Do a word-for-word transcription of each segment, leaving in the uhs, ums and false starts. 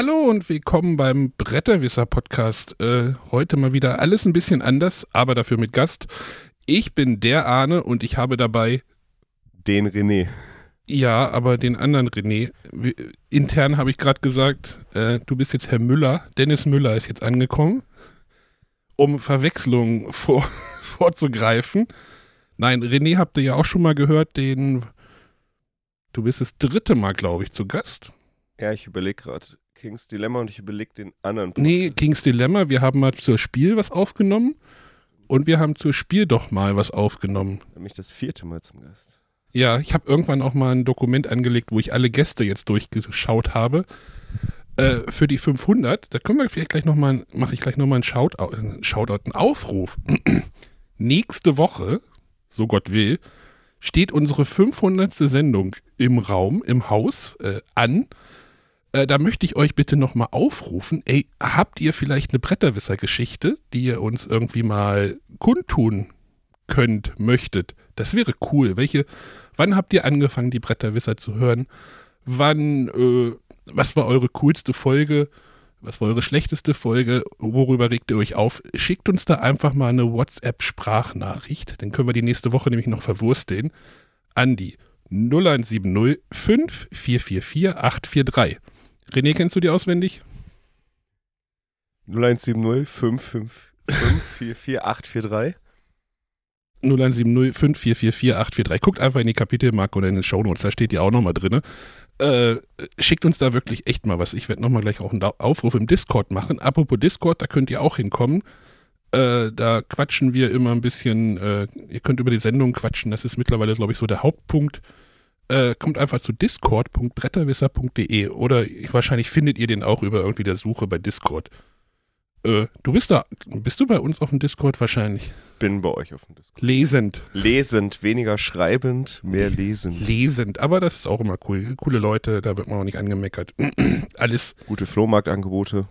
Hallo und willkommen beim Bretterwisser-Podcast. Äh, heute mal wieder alles ein bisschen anders, aber dafür mit Gast. Ich bin der Arne und ich habe dabei den René. Ja, aber den anderen René. Wir, intern habe ich gerade gesagt, äh, du bist jetzt Herr Müller. Dennis Müller ist jetzt angekommen, um Verwechslungen vor, vorzugreifen. Nein, René habt ihr ja auch schon mal gehört, den, du bist das dritte Mal, glaube ich, zu Gast. Ja, ich überlege gerade King's Dilemma und ich überlege den anderen. Nee, King's Dilemma, wir haben mal zur Spiel was aufgenommen und wir haben zur Spiel doch mal was aufgenommen. Nämlich das vierte Mal zum Gast. Ja, ich habe irgendwann auch mal ein Dokument angelegt, wo ich alle Gäste jetzt durchgeschaut habe. Äh, für die fünfhundert, da können wir vielleicht gleich nochmal, mache ich gleich nochmal einen Shoutout, einen Shoutout, einen Aufruf. Nächste Woche, so Gott will, steht unsere fünfhundertste Sendung im Raum, im Haus äh, an. Äh, da möchte ich euch bitte nochmal aufrufen, ey, habt ihr vielleicht eine Bretterwisser-Geschichte, die ihr uns irgendwie mal kundtun könnt, möchtet? Das wäre cool. Welche, wann habt ihr angefangen, die Bretterwisser zu hören? Wann, äh, was war eure coolste Folge? Was war eure schlechteste Folge? Worüber regt ihr euch auf? Schickt uns da einfach mal eine WhatsApp-Sprachnachricht. Dann können wir die nächste Woche nämlich noch verwursteln. An die null eins sieben null fünf vier vier vier acht vier drei. René, kennst du die auswendig? null eins sieben null fünf fünf fünf vier vier acht vier drei. null eins sieben null fünf vier vier vier acht vier drei. Guckt einfach in die Kapitelmarke oder in den Shownotes, da steht die auch nochmal drin. Äh, schickt uns da wirklich echt mal was. Ich werde nochmal gleich auch einen Aufruf im Discord machen. Apropos Discord, da könnt ihr auch hinkommen. Äh, da quatschen wir immer ein bisschen, äh, ihr könnt über die Sendung quatschen, das ist mittlerweile, glaube ich, so der Hauptpunkt. Äh, kommt einfach zu discord punkt bretterwisser punkt de oder wahrscheinlich findet ihr den auch über irgendwie der Suche bei Discord. Äh, du bist da, bist du bei uns auf dem Discord wahrscheinlich? Bin bei euch auf dem Discord. Lesend. Lesend, weniger schreibend, mehr lesend. Lesend, aber das ist auch immer cool. Coole Leute, da wird man auch nicht angemeckert. Alles. Gute Flohmarktangebote.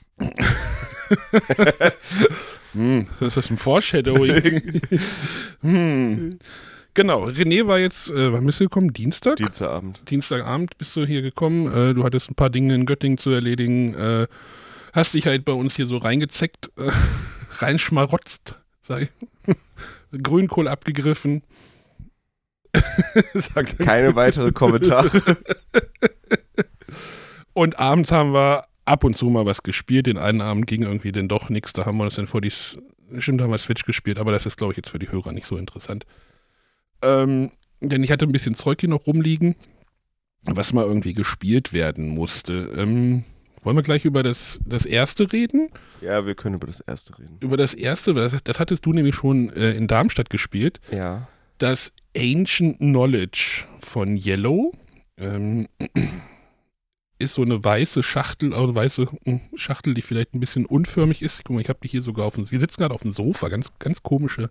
hm, das ist ein Foreshadowing. hm. Genau, René war jetzt, äh, wann bist du gekommen? Dienstag? Dienstagabend. Dienstagabend bist du hier gekommen. Äh, du hattest ein paar Dinge in Göttingen zu erledigen. Äh, hast dich halt bei uns hier so reingezeckt, äh, reinschmarotzt, sag ich. Grünkohl abgegriffen. Keine weiteren Kommentare. Und abends haben wir ab und zu mal was gespielt. Den einen Abend ging irgendwie denn doch nichts. Da haben wir uns dann vor die, stimmt, haben wir Switch gespielt, aber das ist, glaube ich, jetzt für die Hörer nicht so interessant. Ähm, denn ich hatte ein bisschen Zeug hier noch rumliegen, was mal irgendwie gespielt werden musste. Ähm, wollen wir gleich über das, das erste reden? Ja, wir können über das erste reden. Über das erste, das, das hattest du nämlich schon äh, in Darmstadt gespielt. Ja. Das Ancient Knowledge von Yellow. Ähm, ist so eine weiße Schachtel, also weiße Schachtel, die vielleicht ein bisschen unförmig ist. Guck mal, ich habe die hier sogar auf dem, wir sitzen gerade auf dem Sofa, ganz, ganz komische.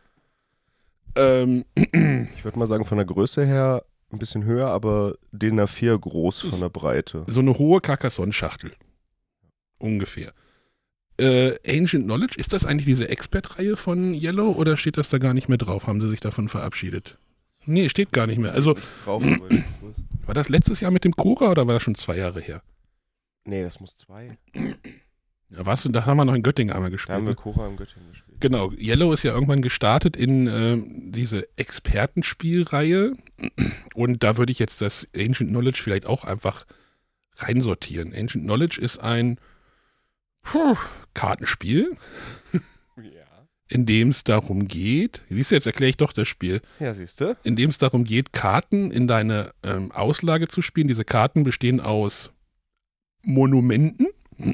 Ähm, ich würde mal sagen, von der Größe her ein bisschen höher, aber D I N A vier groß von der Breite. So eine hohe Carcassonne-Schachtel. Ungefähr. Äh, Ancient Knowledge, ist das eigentlich diese Expert-Reihe von Yellow oder steht das da gar nicht mehr drauf? Haben sie sich davon verabschiedet? Nee, steht gar nicht mehr. Also, drauf, war das letztes Jahr mit dem Cora oder war das schon zwei Jahre her? Nee, das muss zwei. Ja, was? Da haben wir noch in Göttingen einmal gespielt. Da haben wir Cora in Göttingen gespielt. Genau, Yellow ist ja irgendwann gestartet in äh, diese Expertenspielreihe und da würde ich jetzt das Ancient Knowledge vielleicht auch einfach reinsortieren. Ancient Knowledge ist ein puh, Kartenspiel, ja. in dem es darum geht, siehst du, jetzt erkläre ich doch das Spiel, ja, siehst du, in dem es darum geht, Karten in deine ähm, Auslage zu spielen. Diese Karten bestehen aus Monumenten,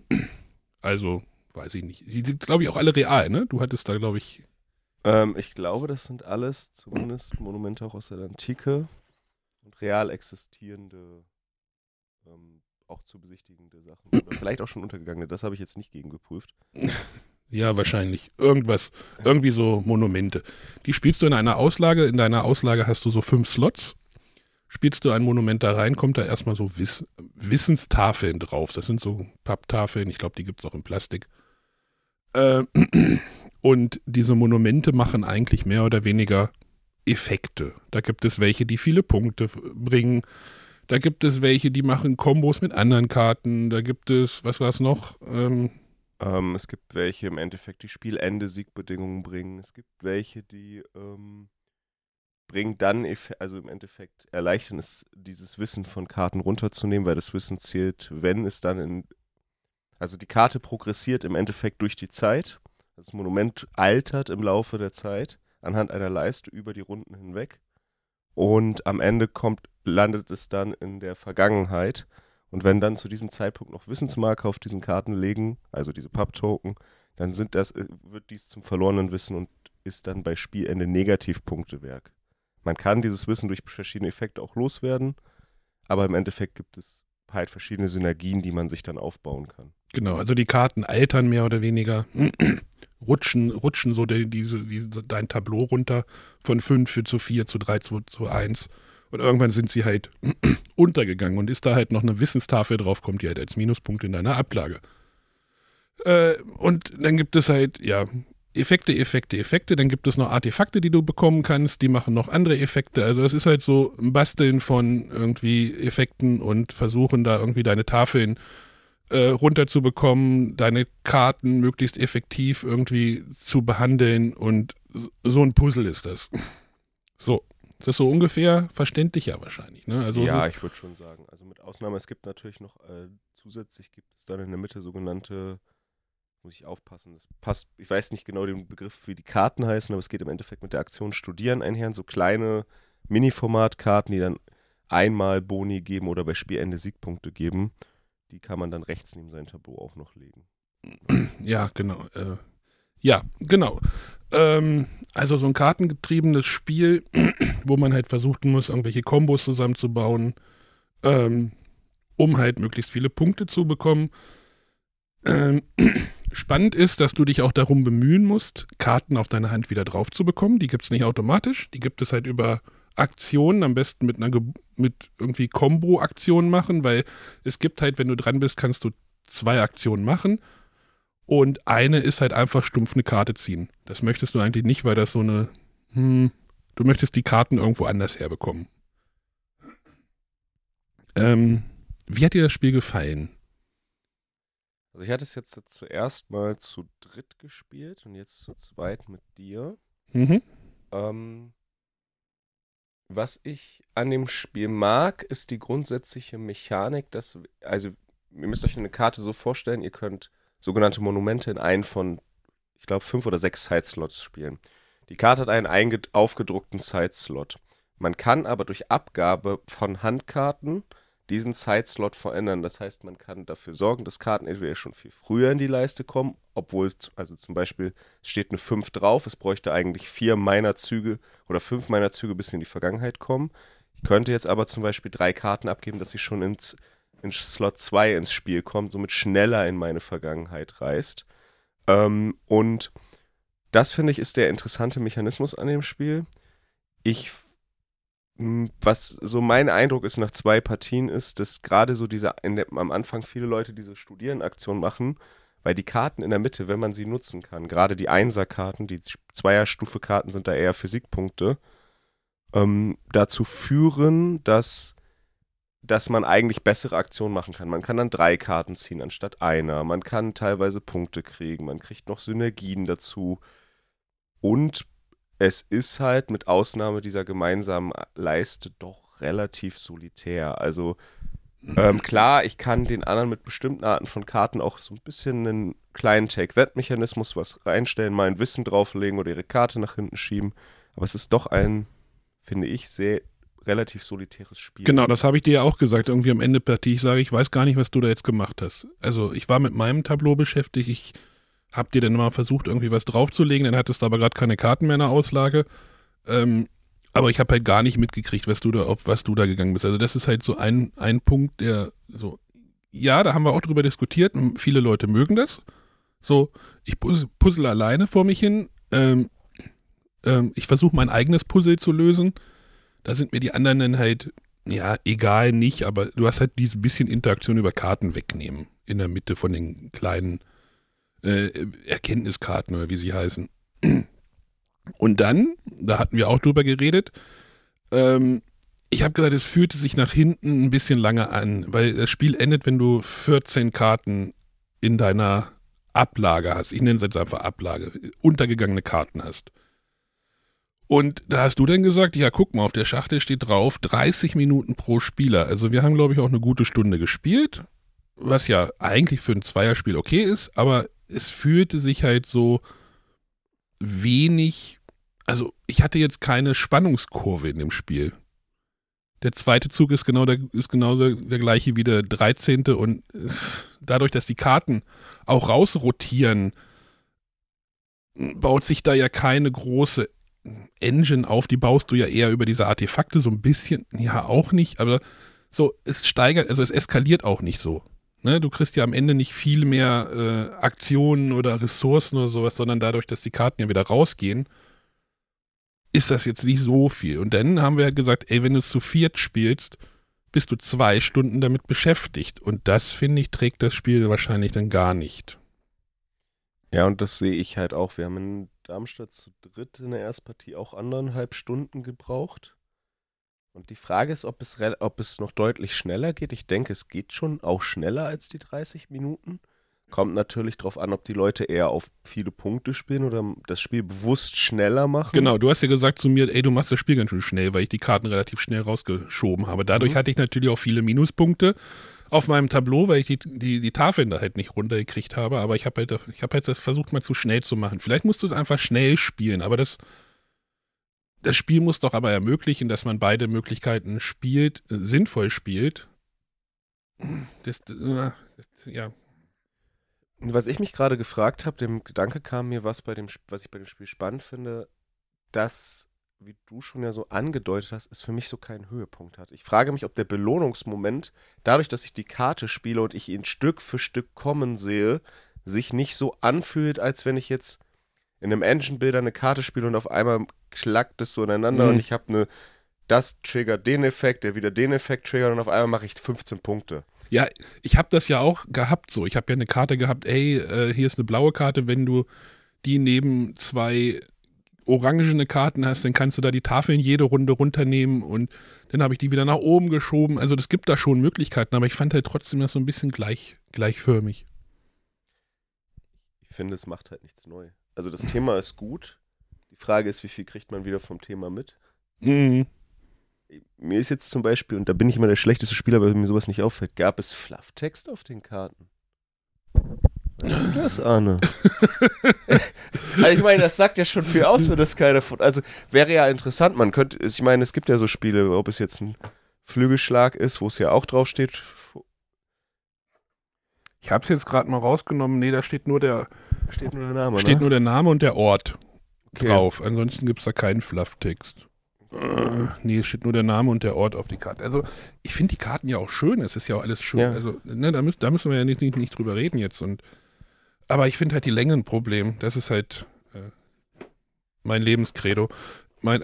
also weiß ich nicht. Die sind, glaube ich, auch alle real, ne? Du hattest da, glaube ich... Ähm, ich glaube, das sind alles zumindest Monumente auch aus der Antike und real existierende, ähm, auch zu besichtigende Sachen. Oder vielleicht auch schon untergegangene. Das habe ich jetzt nicht gegengeprüft. Ja, wahrscheinlich. Irgendwas. Irgendwie so Monumente. Die spielst du in einer Auslage. In deiner Auslage hast du so fünf Slots. Spielst du ein Monument da rein, kommt da erstmal so Wiss- Wissenstafeln drauf. Das sind so Papptafeln. Ich glaube, die gibt es auch in Plastik. Äh, und diese Monumente machen eigentlich mehr oder weniger Effekte. Da gibt es welche, die viele Punkte bringen. Da gibt es welche, die machen Kombos mit anderen Karten. Da gibt es, was war es noch? Ähm, Ähm, es gibt welche im Endeffekt, die Spielende-Siegbedingungen bringen. Es gibt welche, die ähm, bringen dann, eff- also im Endeffekt erleichtern es, dieses Wissen von Karten runterzunehmen, weil das Wissen zählt, wenn es dann in, also die Karte progressiert im Endeffekt durch die Zeit. Das Monument altert im Laufe der Zeit anhand einer Leiste über die Runden hinweg. Und am Ende kommt, landet es dann in der Vergangenheit. Und wenn dann zu diesem Zeitpunkt noch Wissensmarker auf diesen Karten liegen, also diese Papp-Token, dann sind das, äh, wird dies zum verlorenen Wissen und ist dann bei Spielende Negativpunktewerk. Man kann dieses Wissen durch verschiedene Effekte auch loswerden, aber im Endeffekt gibt es halt verschiedene Synergien, die man sich dann aufbauen kann. genau, also die Karten altern mehr oder weniger, rutschen, rutschen so die, diese, diese, dein Tableau runter von fünf zu vier zu drei zu, zu eins. Und irgendwann sind sie halt untergegangen und ist da halt noch eine Wissenstafel drauf, kommt die halt als Minuspunkt in deiner Ablage. Äh, und dann gibt es halt, ja, Effekte, Effekte, Effekte. Dann gibt es noch Artefakte, die du bekommen kannst. Die machen noch andere Effekte. Also es ist halt so ein Basteln von irgendwie Effekten und versuchen da irgendwie deine Tafeln äh, runterzubekommen, deine Karten möglichst effektiv irgendwie zu behandeln. Und so ein Puzzle ist das. So. Ist das so ungefähr verständlich? Ja, wahrscheinlich. Ne? Also ja, ich würde schon sagen. Also mit Ausnahme, es gibt natürlich noch, äh, zusätzlich gibt es dann in der Mitte sogenannte, muss ich aufpassen, das passt, ich weiß nicht genau den Begriff, wie die Karten heißen, aber es geht im Endeffekt mit der Aktion Studieren einher, so kleine Mini-Format-Karten, die dann einmal Boni geben oder bei Spielende Siegpunkte geben. Die kann man dann rechts neben sein Tableau auch noch legen. Ja, genau. Äh, ja, genau. Ähm, also so ein kartengetriebenes Spiel, wo man halt versuchen muss, irgendwelche Kombos zusammenzubauen, ähm, um halt möglichst viele Punkte zu bekommen. Ähm, spannend ist, dass du dich auch darum bemühen musst, Karten auf deine Hand wieder drauf zu bekommen. Die gibt es nicht automatisch. Die gibt es halt über Aktionen, am besten mit einer Ge- mit irgendwie Combo-Aktionen machen, weil es gibt halt, wenn du dran bist, kannst du zwei Aktionen machen. Und eine ist halt einfach stumpf eine Karte ziehen. Das möchtest du eigentlich nicht, weil das so eine, hm, du möchtest die Karten irgendwo anders herbekommen. Ähm, wie hat dir das Spiel gefallen? Also ich hatte es jetzt zuerst mal zu dritt gespielt und jetzt zu zweit mit dir. Mhm. Ähm, was ich an dem Spiel mag, ist die grundsätzliche Mechanik, dass, also ihr müsst euch eine Karte so vorstellen, ihr könnt sogenannte Monumente in einen von, ich glaube, fünf oder sechs Sideslots spielen. Die Karte hat einen einge- aufgedruckten Sideslot. Man kann aber durch Abgabe von Handkarten diesen Sideslot verändern. Das heißt, man kann dafür sorgen, dass Karten entweder schon viel früher in die Leiste kommen, obwohl, also zum Beispiel steht eine fünf drauf, es bräuchte eigentlich vier meiner Züge oder fünf meiner Züge bis in die Vergangenheit kommen. Ich könnte jetzt aber zum Beispiel drei Karten abgeben, dass sie schon ins in Slot zwei ins Spiel kommt, somit schneller in meine Vergangenheit reist. Ähm, und das, finde ich, ist der interessante Mechanismus an dem Spiel. Ich, m, was so mein Eindruck ist nach zwei Partien, ist, dass gerade so diese, in der, am Anfang viele Leute diese Studierenaktion machen, weil die Karten in der Mitte, wenn man sie nutzen kann, gerade die Einser-Karten, die Zweierstufe-Karten sind da eher Physikpunkte, ähm, dazu führen, dass dass man eigentlich bessere Aktionen machen kann. Man kann dann drei Karten ziehen anstatt einer. Man kann teilweise Punkte kriegen. Man kriegt noch Synergien dazu. Und es ist halt mit Ausnahme dieser gemeinsamen Leiste doch relativ solitär. Also ähm, klar, ich kann den anderen mit bestimmten Arten von Karten auch so ein bisschen einen kleinen Take-That-Mechanismus was reinstellen, mal ein Wissen drauflegen oder ihre Karte nach hinten schieben. Aber es ist doch ein, finde ich, sehr relativ solitäres Spiel. Genau, das habe ich dir ja auch gesagt, irgendwie am Ende Partie. Ich sage, ich weiß gar nicht, was du da jetzt gemacht hast. Also ich war mit meinem Tableau beschäftigt, ich habe dir dann mal versucht, irgendwie was draufzulegen, dann hattest du aber gerade keine Karten mehr in der Auslage. Ähm, aber ich habe halt gar nicht mitgekriegt, was du da, auf was du da gegangen bist. Also das ist halt so ein, ein Punkt, der so, ja, da haben wir auch drüber diskutiert und viele Leute mögen das. So, ich puzzle, puzzle alleine vor mich hin. Ähm, ähm, ich versuche mein eigenes Puzzle zu lösen. Da sind mir die anderen dann halt, ja, egal nicht, aber du hast halt diese bisschen Interaktion über Karten wegnehmen. In der Mitte von den kleinen äh, Erkenntniskarten oder wie sie heißen. Und dann, da hatten wir auch drüber geredet, ähm, Ich habe gesagt, es fühlte sich nach hinten ein bisschen lange an, weil das Spiel endet, wenn du vierzehn Karten in deiner Ablage hast. Ich nenne es jetzt einfach Ablage. Untergegangene Karten hast. Und da hast du dann gesagt, ja, guck mal, auf der Schachtel steht drauf, dreißig Minuten pro Spieler. Also wir haben, glaube ich, auch eine gute Stunde gespielt, was ja eigentlich für ein Zweierspiel okay ist, aber es fühlte sich halt so wenig, also ich hatte jetzt keine Spannungskurve in dem Spiel. Der zweite Zug ist genau der, ist genau der, der gleiche wie der dreizehnte und es, dadurch, dass die Karten auch rausrotieren, baut sich da ja keine große Engine auf, die baust du ja eher über diese Artefakte so ein bisschen, ja auch nicht, aber so, es steigert, also es eskaliert auch nicht so. Ne? Du kriegst ja am Ende nicht viel mehr äh, Aktionen oder Ressourcen oder sowas, sondern dadurch, dass die Karten ja wieder rausgehen, ist das jetzt nicht so viel. Und dann haben wir ja gesagt, ey, wenn du es zu viert spielst, bist du zwei Stunden damit beschäftigt. Und das, finde ich, trägt das Spiel wahrscheinlich dann gar nicht. Ja, und das sehe ich halt auch. Wir haben in Darmstadt zu dritt in der Erstpartie auch anderthalb Stunden gebraucht. Und die Frage ist, ob es, ob es noch deutlich schneller geht. Ich denke, es geht schon auch schneller als die dreißig Minuten. Kommt natürlich drauf an, ob die Leute eher auf viele Punkte spielen oder das Spiel bewusst schneller machen. Genau, du hast ja gesagt zu mir, ey, du machst das Spiel ganz schön schnell, weil ich die Karten relativ schnell rausgeschoben habe. Dadurch mhm. hatte ich natürlich auch viele Minuspunkte auf meinem Tableau, weil ich die, die, die Tafeln da halt nicht runtergekriegt habe. Aber ich habe halt, ich hab halt das versucht, mal zu schnell zu machen. Vielleicht musst du es einfach schnell spielen, aber das, das Spiel muss doch aber ermöglichen, dass man beide Möglichkeiten spielt, äh, sinnvoll spielt. Das, äh, das, ja. Was ich mich gerade gefragt habe, dem Gedanke kam mir, was, bei dem, was ich bei dem Spiel spannend finde, dass, wie du schon ja so angedeutet hast, es für mich so keinen Höhepunkt hat. Ich frage mich, ob der Belohnungsmoment, dadurch, dass ich die Karte spiele und ich ihn Stück für Stück kommen sehe, sich nicht so anfühlt, als wenn ich jetzt in einem Engine-Builder eine Karte spiele und auf einmal klackt es so ineinander mhm. und ich habe eine, das triggert den Effekt, der wieder den Effekt triggert und auf einmal mache ich fünfzehn Punkte. Ja, ich habe das ja auch gehabt so. Ich habe ja eine Karte gehabt, ey, äh, hier ist eine blaue Karte, wenn du die neben zwei orangene Karten hast, dann kannst du da die Tafeln jede Runde runternehmen und dann habe ich die wieder nach oben geschoben. Also das gibt da schon Möglichkeiten, aber ich fand halt trotzdem das so ein bisschen gleich, gleichförmig. Ich finde, es macht halt nichts neu. Also das Thema ist gut. Die Frage ist, wie viel kriegt man wieder vom Thema mit? Mhm. Mir ist jetzt zum Beispiel, und da bin ich immer der schlechteste Spieler, weil mir sowas nicht auffällt, gab es Flufftext auf den Karten? Weißt du das, Arne? Also ich meine, das sagt ja schon viel aus, wenn das keiner von. Also wäre ja interessant, man könnte, ich meine, es gibt ja so Spiele, ob es jetzt ein Flügelschlag ist, wo es ja auch drauf steht. Ich habe es jetzt gerade mal rausgenommen, nee, da steht nur der, steht nur der Name, steht ne? nur der Name und der Ort okay. drauf. Ansonsten gibt es da keinen Flufftext. Uh, nee, es steht nur der Name und der Ort auf die Karte. Also, ich finde die Karten ja auch schön. Es ist ja auch alles schön. Ja. Also, ne, da, müssen, da müssen wir ja nicht, nicht, nicht drüber reden jetzt. Und, aber ich finde halt die Länge ein Problem. Das ist halt äh, mein Lebenskredo. Mein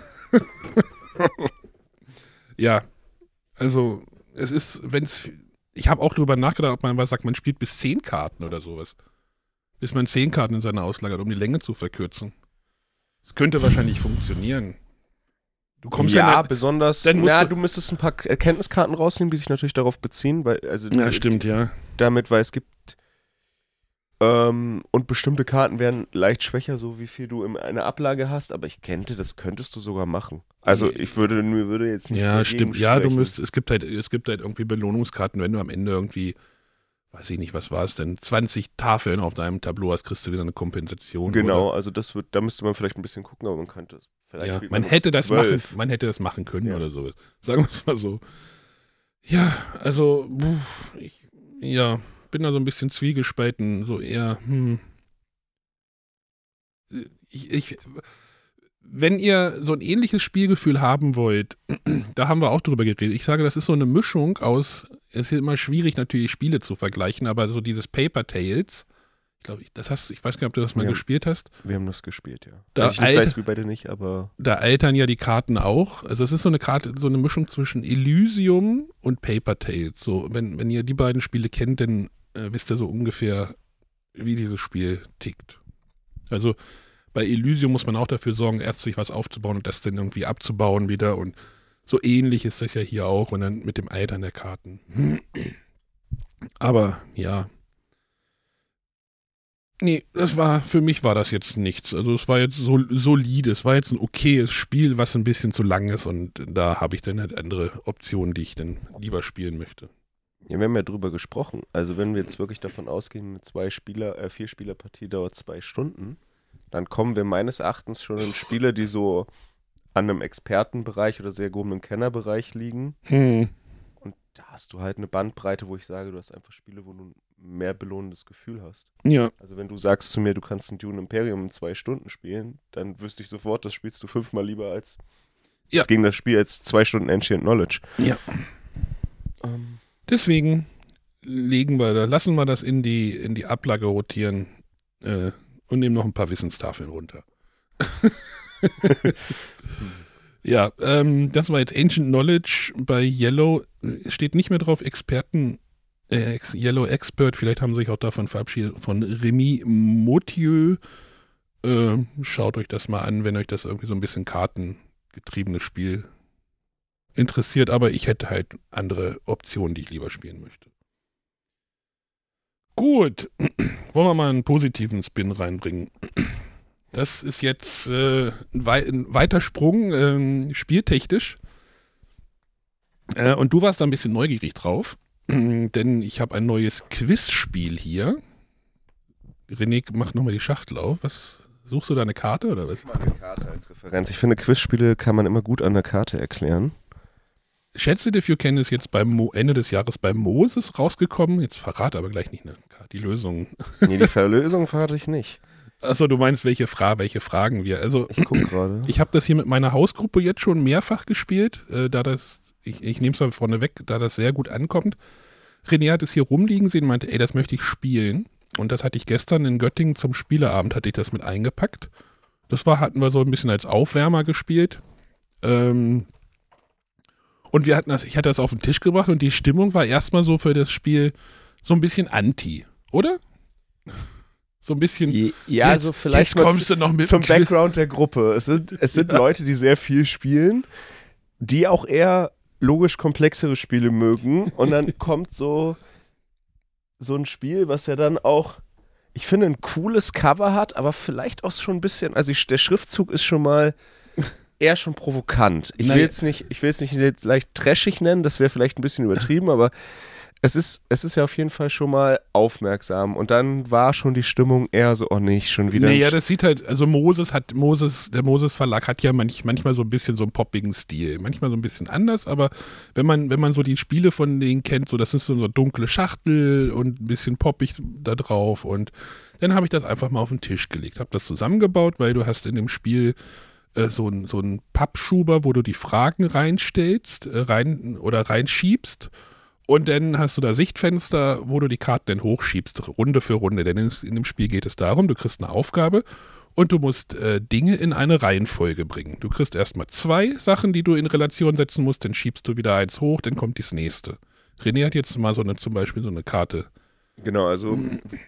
ja, also, es ist, wenn es. Ich habe auch drüber nachgedacht, ob man was sagt, man spielt bis zehn Karten oder sowas. Bis man zehn Karten in seiner Auslage hat, um die Länge zu verkürzen. Das könnte wahrscheinlich funktionieren. Du kommst ja, ja nicht, besonders, ja, du, du müsstest ein paar Erkenntniskarten rausnehmen, die sich natürlich darauf beziehen, weil, also ja, stimmt, ja. Damit, weil es gibt ähm, und bestimmte Karten werden leicht schwächer, so wie viel du in einer Ablage hast, aber ich kennte, das könntest du sogar machen. Also ich würde, mir würde jetzt nicht ja, stimmt, ja, du müsst, es gibt halt, es gibt halt irgendwie Belohnungskarten, wenn du am Ende irgendwie, weiß ich nicht, was war es denn, zwanzig Tafeln auf deinem Tableau hast, kriegst du wieder eine Kompensation. Genau, oder? Also das wird, da müsste man vielleicht ein bisschen gucken, aber man könnte es. Ja, man hätte das machen, man hätte das machen können ja. oder sowas. Sagen wir es mal so. Ja, also, ich ja, bin da so ein bisschen zwiegespalten, so eher, hm. Ich, ich, wenn ihr so ein ähnliches Spielgefühl haben wollt, da haben wir auch drüber geredet. Ich sage, das ist so eine Mischung aus, es ist immer schwierig natürlich Spiele zu vergleichen, aber so dieses Paper Tales, ich glaube, das hast, ich weiß gar nicht, ob du das mal wir gespielt haben, hast. Wir haben das gespielt, ja. Da also ich alt, weiß, wie beide nicht, aber... Da altern ja die Karten auch. Also es ist so eine Karte, so eine Mischung zwischen Elysium und Paper Tales. So, wenn, wenn ihr die beiden Spiele kennt, dann äh, wisst ihr so ungefähr, wie dieses Spiel tickt. Also bei Elysium muss man auch dafür sorgen, erst sich was aufzubauen und das dann irgendwie abzubauen wieder und So ähnlich ist das ja hier auch und dann mit dem Altern der Karten. Aber ja. Nee, das war, für mich war das jetzt nichts. Also es war jetzt so solide, es war jetzt ein okayes Spiel, was ein bisschen zu lang ist und da habe ich dann halt andere Optionen, die ich dann lieber spielen möchte. Ja, wir haben ja drüber gesprochen. Also wenn wir jetzt wirklich davon ausgehen, eine zwei Spieler, äh, vier Spieler Partie dauert zwei Stunden, dann kommen wir meines Erachtens schon in Spiele, die so an einem Expertenbereich oder sehr gehobenen Kennerbereich liegen. Hm. Und da hast du halt eine Bandbreite, wo ich sage, du hast einfach Spiele, wo du ein mehr belohnendes Gefühl hast. Ja. Also wenn du sagst zu mir, du kannst ein Dune Imperium in zwei Stunden spielen, dann wüsste ich sofort, das spielst du fünfmal lieber als, ja. als gegen das Spiel als zwei Stunden Ancient Knowledge. Ja. Ähm. Deswegen legen wir, da lassen wir das in die, in die Ablage rotieren äh, und nehmen noch ein paar Wissenstafeln runter. Ja, ähm, das war jetzt Ancient Knowledge bei Yellow. Steht nicht mehr drauf, Experten, äh, Yellow Expert, vielleicht haben sie sich auch davon verabschiedet, von Remy Mothieu. Äh, schaut euch das mal an, wenn euch das irgendwie so ein bisschen kartengetriebenes Spiel interessiert, aber ich hätte halt andere Optionen, die ich lieber spielen möchte. Gut, wollen wir mal einen positiven Spin reinbringen. Das ist jetzt äh, ein, wei- ein weiter Sprung, ähm, spieltechnisch. Äh, und du warst da ein bisschen neugierig drauf, denn ich habe ein neues Quizspiel hier. René, mach nochmal die Schachtel auf. Was, suchst du da eine Karte oder was? Mal eine Karte als Referenz. Ich finde, Quizspiele kann man immer gut an der Karte erklären. Schätze If You Can ist jetzt beim Mo- Ende des Jahres bei Moses rausgekommen. Jetzt verrate aber gleich nicht ne, die Lösung. Nee, die Verlösung verrate ich nicht. Achso, du meinst, welche, Fra- welche Fragen wir. Also, ich gucke gerade. Ich habe das hier mit meiner Hausgruppe jetzt schon mehrfach gespielt, äh, da das, ich, ich nehme es mal vorne weg, da das sehr gut ankommt. René hat es hier rumliegen sehen, meinte, ey, das möchte ich spielen. Und das hatte ich gestern in Göttingen zum Spieleabend, hatte ich das mit eingepackt. Das war, hatten wir so ein bisschen als Aufwärmer gespielt. Ähm, und wir hatten das, ich hatte das auf den Tisch gebracht und die Stimmung war erstmal so für das Spiel so ein bisschen anti, oder? So ein bisschen. Ja, jetzt, also vielleicht jetzt kommst du noch mit zum Background der Gruppe. Es sind, es sind ja. Leute, die sehr viel spielen, die auch eher logisch komplexere Spiele mögen. Und dann kommt so, so ein Spiel, was ja dann auch, ich finde, ein cooles Cover hat, aber vielleicht auch schon ein bisschen, also ich, der Schriftzug ist schon mal eher schon provokant. Ich will jetzt nicht, ich will jetzt nicht jetzt leicht trashig nennen, das wäre vielleicht ein bisschen übertrieben, aber Es ist, es ist ja auf jeden Fall schon mal aufmerksam und dann war schon die Stimmung eher so, oh nicht, schon wieder. Naja, das sieht halt, also Moses hat, Moses, der Moses Verlag hat ja manch, manchmal so ein bisschen so einen poppigen Stil, manchmal so ein bisschen anders, aber wenn man, wenn man so die Spiele von denen kennt, so das ist so eine dunkle Schachtel und ein bisschen poppig da drauf und dann habe ich das einfach mal auf den Tisch gelegt, habe das zusammengebaut, weil du hast in dem Spiel äh, so ein, so ein Pappschuber, wo du die Fragen reinstellst, äh, rein oder reinschiebst. Und dann hast du da Sichtfenster, wo du die Karten dann hochschiebst, Runde für Runde. Denn in, in dem Spiel geht es darum, du kriegst eine Aufgabe und du musst äh, Dinge in eine Reihenfolge bringen. Du kriegst erstmal zwei Sachen, die du in Relation setzen musst, dann schiebst du wieder eins hoch, dann kommt das nächste. René hat jetzt mal so eine, zum Beispiel so eine Karte. Genau, also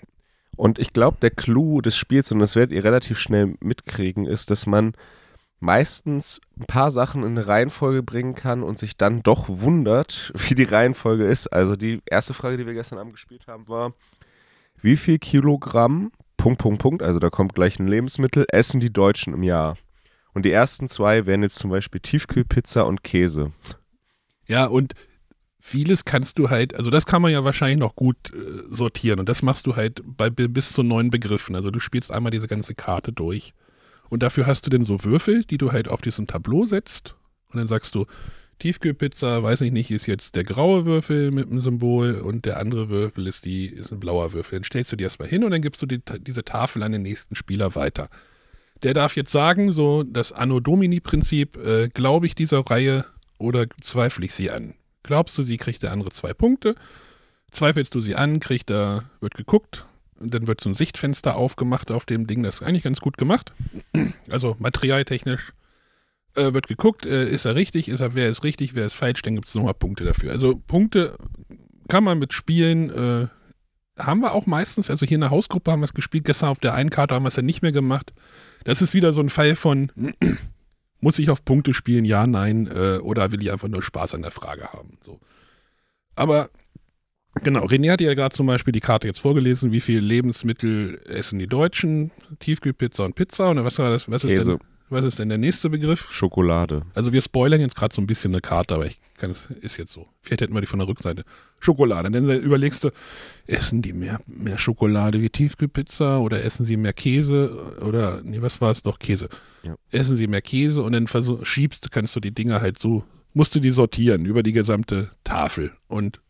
und ich glaube, der Clou des Spiels, und das werdet ihr relativ schnell mitkriegen, ist, dass man meistens ein paar Sachen in eine Reihenfolge bringen kann und sich dann doch wundert, wie die Reihenfolge ist. Also die erste Frage, die wir gestern Abend gespielt haben, war, wie viel Kilogramm, Punkt, Punkt, Punkt, also da kommt gleich ein Lebensmittel, essen die Deutschen im Jahr? Und die ersten zwei wären jetzt zum Beispiel Tiefkühlpizza und Käse. Ja, und vieles kannst du halt, also das kann man ja wahrscheinlich noch gut äh, sortieren und das machst du halt bei bis zu neun Begriffen. Also du spielst einmal diese ganze Karte durch. Und dafür hast du dann so Würfel, die du halt auf diesem Tableau setzt. Und dann sagst du, Tiefkühlpizza, weiß ich nicht, ist jetzt der graue Würfel mit einem Symbol und der andere Würfel ist, die, ist ein blauer Würfel. Dann stellst du die erstmal hin und dann gibst du die, diese Tafel an den nächsten Spieler weiter. Der darf jetzt sagen, so das Anno Domini-Prinzip, äh, glaube ich dieser Reihe oder zweifle ich sie an? Glaubst du, sie kriegt der andere zwei Punkte? Zweifelst du sie an, kriegt er, wird geguckt. Und dann wird so ein Sichtfenster aufgemacht auf dem Ding. Das ist eigentlich ganz gut gemacht. Also materialtechnisch äh, wird geguckt, äh, ist er richtig, ist er, wer ist richtig, wer ist falsch, dann gibt es nochmal Punkte dafür. Also Punkte kann man mit Spielen, äh, haben wir auch meistens, also hier in der Hausgruppe haben wir es gespielt, gestern auf der einen Karte haben wir es ja nicht mehr gemacht. Das ist wieder so ein Fall von, Muss ich auf Punkte spielen? Ja, nein. Äh, oder will ich einfach nur Spaß an der Frage haben? So. Aber genau, René hat ja gerade zum Beispiel die Karte jetzt vorgelesen, wie viele Lebensmittel essen die Deutschen? Tiefkühlpizza und Pizza. Und was war das? Was ist Käse. denn, was ist denn der nächste Begriff? Schokolade. Also wir spoilern jetzt gerade so ein bisschen eine Karte, aber ich kann es ist jetzt so. Vielleicht hätten wir die von der Rückseite. Schokolade. Dann überlegst du, essen die mehr, mehr Schokolade wie Tiefkühlpizza oder essen sie mehr Käse oder, nee, was war es doch? Käse. Ja. Essen sie mehr Käse und dann versuch, schiebst, kannst du die Dinger halt so, musst du die sortieren über die gesamte Tafel. Und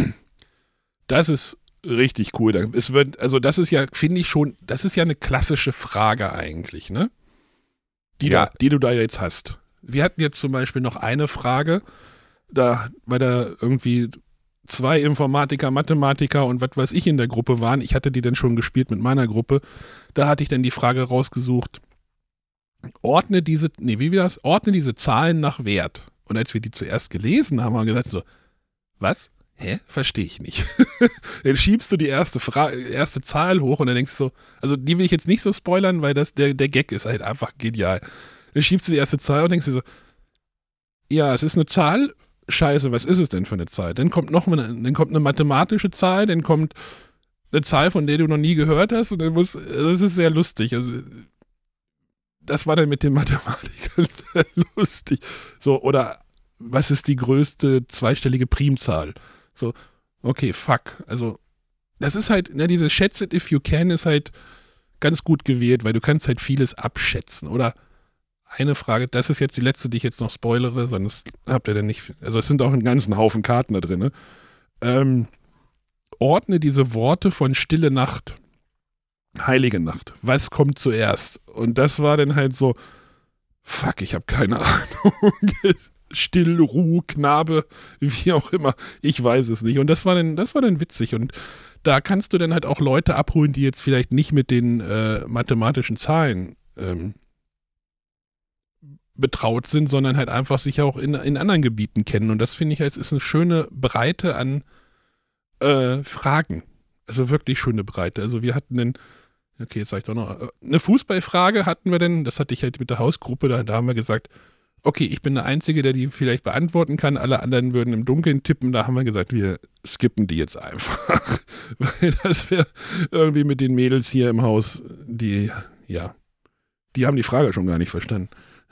das ist richtig cool. Es wird, also das ist ja, finde ich schon, das ist ja eine klassische Frage eigentlich, ne? Die, ja. da, die du da jetzt hast. Wir hatten jetzt zum Beispiel noch eine Frage, da, weil da irgendwie zwei Informatiker, Mathematiker und was weiß ich in der Gruppe waren. Ich hatte die dann schon gespielt mit meiner Gruppe. Da hatte ich dann die Frage rausgesucht, ordne diese, nee, wie wir das? Ordne diese Zahlen nach Wert. Und als wir die zuerst gelesen haben, haben wir gesagt so, was? Hä? Verstehe ich nicht. Dann schiebst du die erste, Fra- erste Zahl hoch und dann denkst du so, also die will ich jetzt nicht so spoilern, weil das, der, der Gag ist halt einfach genial. Dann schiebst du die erste Zahl und denkst dir so, ja, es ist eine Zahl, scheiße, was ist es denn für eine Zahl? Dann kommt noch eine, dann kommt eine mathematische Zahl, dann kommt eine Zahl, von der du noch nie gehört hast und dann muss, das ist sehr lustig. Also, das war dann mit den Mathematikern lustig. So, oder was ist die größte zweistellige Primzahl? So, okay, fuck. Also, das ist halt, ne, diese Schätze it if you can ist halt ganz gut gewählt, weil du kannst halt vieles abschätzen. Oder eine Frage, das ist jetzt die letzte, die ich jetzt noch spoilere, sonst habt ihr denn nicht, also es sind auch einen ganzen Haufen Karten da drin. Ne? Ähm, ordne diese Worte von Stille Nacht, Heilige Nacht. Was kommt zuerst? Und das war dann halt so, fuck, ich habe keine Ahnung. Still, Ruhe, Knabe, wie auch immer. Ich weiß es nicht. Und das war dann, das war dann witzig. Und da kannst du dann halt auch Leute abholen, die jetzt vielleicht nicht mit den äh, mathematischen Zahlen ähm, betraut sind, sondern halt einfach sich auch in, in anderen Gebieten kennen. Und das finde ich halt ist eine schöne Breite an äh, Fragen. Also wirklich schöne Breite. Also wir hatten dann, okay, jetzt sag ich doch noch, eine Fußballfrage hatten wir denn, das hatte ich halt mit der Hausgruppe, da, da haben wir gesagt, okay, ich bin der Einzige, der die vielleicht beantworten kann, alle anderen würden im Dunkeln tippen, da haben wir gesagt, wir skippen die jetzt einfach. Weil das wäre irgendwie mit den Mädels hier im Haus, die, ja, die haben die Frage schon gar nicht verstanden.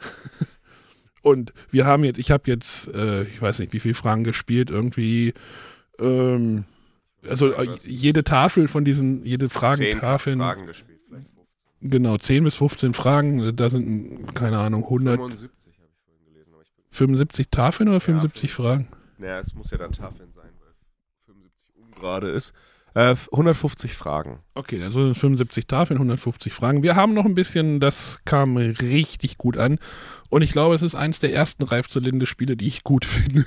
Und wir haben jetzt, ich habe jetzt, äh, ich weiß nicht, wie viele Fragen gespielt, irgendwie, ähm, also äh, jede Tafel von diesen, jede Fragentafeln. Fragen gespielt, vielleicht fünfzehn. Genau, zehn bis fünfzehn Fragen, da sind, keine Ahnung, hundert. fünfundsiebzig habe ich vorhin gelesen. Aber ich bin fünfundsiebzig Tafeln oder fünfundsiebzig ja, Fragen? Naja, es muss ja dann Tafeln sein, weil fünfundsiebzig ungerade ist. Äh, hundertfünfzig Fragen. Okay, also fünfundsiebzig Tafeln, hundertfünfzig Fragen. Wir haben noch ein bisschen, das kam richtig gut an. Und ich glaube, es ist eins der ersten Ralf zur Linde-Spiele, die ich gut finde.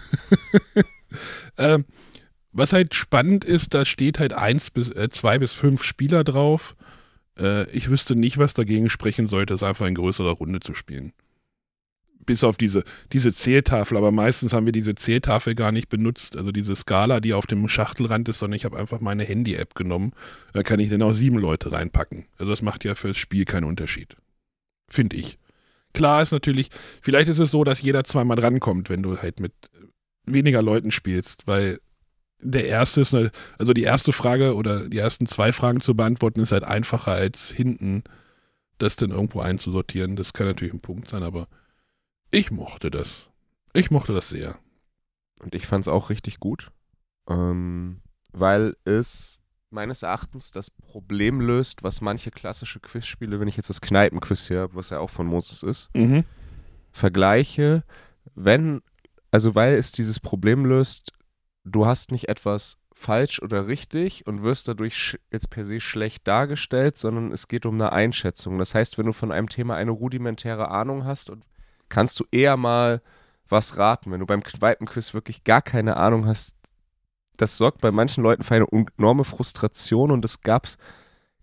ähm, was halt spannend ist, da steht halt eins bis, äh, zwei bis fünf Spieler drauf. Äh, ich wüsste nicht, was dagegen sprechen sollte, es einfach in größerer Runde zu spielen. Bis auf diese, diese Zähltafel, aber meistens haben wir diese Zähltafel gar nicht benutzt, also diese Skala, die auf dem Schachtelrand ist, sondern ich habe einfach meine Handy-App genommen. Da kann ich dann auch sieben Leute reinpacken. Also das macht ja fürs Spiel keinen Unterschied. Finde ich. Klar ist natürlich, vielleicht ist es so, dass jeder zweimal drankommt, wenn du halt mit weniger Leuten spielst, weil der erste ist, eine, also die erste Frage oder die ersten zwei Fragen zu beantworten ist halt einfacher als hinten das dann irgendwo einzusortieren. Das kann natürlich ein Punkt sein, aber ich mochte das. Ich mochte das sehr. Und ich fand es auch richtig gut, ähm, weil es meines Erachtens das Problem löst, was manche klassische Quizspiele, wenn ich jetzt das Kneipenquiz hier, was ja auch von Moses ist, Mhm. vergleiche, wenn, also weil es dieses Problem löst, du hast nicht etwas falsch oder richtig und wirst dadurch sch- jetzt per se schlecht dargestellt, sondern es geht um eine Einschätzung. Das heißt, wenn du von einem Thema eine rudimentäre Ahnung hast, und kannst du eher mal was raten. Wenn du beim Kneipenquiz wirklich gar keine Ahnung hast, das sorgt bei manchen Leuten für eine enorme Frustration und es gab's,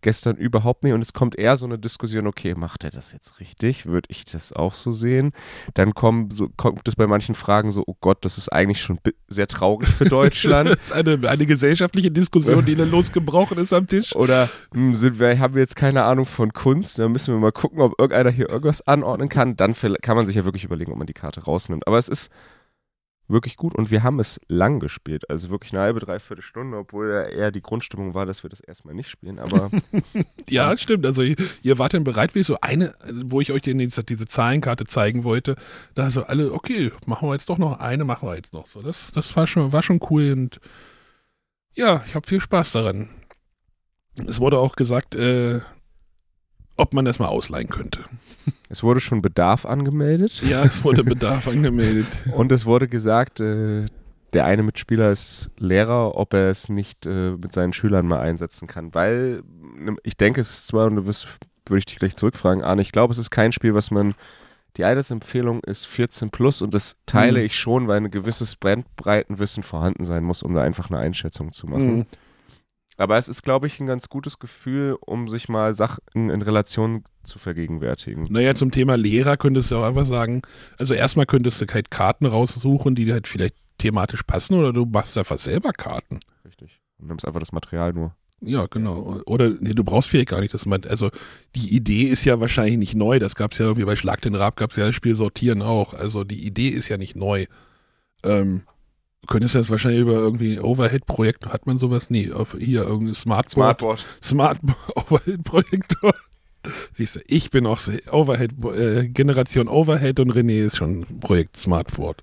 gestern überhaupt nicht und es kommt eher so eine Diskussion, okay, macht er das jetzt richtig? Würde ich das auch so sehen? Dann kommen so, kommt es bei manchen Fragen so, oh Gott, das ist eigentlich schon bi- sehr traurig für Deutschland. Das ist eine, eine gesellschaftliche Diskussion, die dann losgebrochen ist am Tisch. Oder hm, sind wir, haben wir jetzt keine Ahnung von Kunst, dann müssen wir mal gucken, ob irgendeiner hier irgendwas anordnen kann. Dann kann man sich ja wirklich überlegen, ob man die Karte rausnimmt. Aber es ist wirklich gut und wir haben es lang gespielt, also wirklich eine halbe, dreiviertel Stunde, obwohl ja eher die Grundstimmung war, dass wir das erstmal nicht spielen, aber ja, ja, stimmt, also ihr, ihr wart dann bereit, wie so eine, wo ich euch den, diese, diese Zahlenkarte zeigen wollte, da so alle, okay, machen wir jetzt doch noch eine, machen wir jetzt noch so, das, das war schon, war schon cool und ja, ich habe viel Spaß daran. Es wurde auch gesagt, äh, ob man das mal ausleihen könnte. Es wurde schon Bedarf angemeldet. Ja, es wurde Bedarf angemeldet. Und es wurde gesagt, äh, der eine Mitspieler ist Lehrer, ob er es nicht äh, mit seinen Schülern mal einsetzen kann. Weil, ich denke, es ist zwar, und du wirst, würde ich dich gleich zurückfragen, Arne, ich glaube, es ist kein Spiel, was man, die Altersempfehlung ist vierzehn plus und das teile mhm. ich schon, weil ein gewisses Bandbreitenwissen vorhanden sein muss, um da einfach eine Einschätzung zu machen. Mhm. Aber es ist, glaube ich, ein ganz gutes Gefühl, um sich mal Sachen in Relation zu vergegenwärtigen. Naja, zum Thema Lehrer könntest du auch einfach sagen, also erstmal könntest du halt Karten raussuchen, die halt vielleicht thematisch passen oder du machst einfach selber Karten. Richtig. Und nimmst einfach das Material nur. Ja, genau. Oder nee, du brauchst vielleicht gar nicht das. Also die Idee ist ja wahrscheinlich nicht neu. Das gab es ja irgendwie bei Schlag den Rab, gab es ja das Spiel Sortieren auch. Also die Idee ist ja nicht neu. Ähm, Du könntest das wahrscheinlich über irgendwie Overhead-Projekt, hat man sowas? Nee, auf hier irgendein Smartboard. Smartboard. Smart Overhead-Projektor. Siehst du, ich bin auch Overhead, äh, Generation Overhead und René ist schon Projekt Smartboard.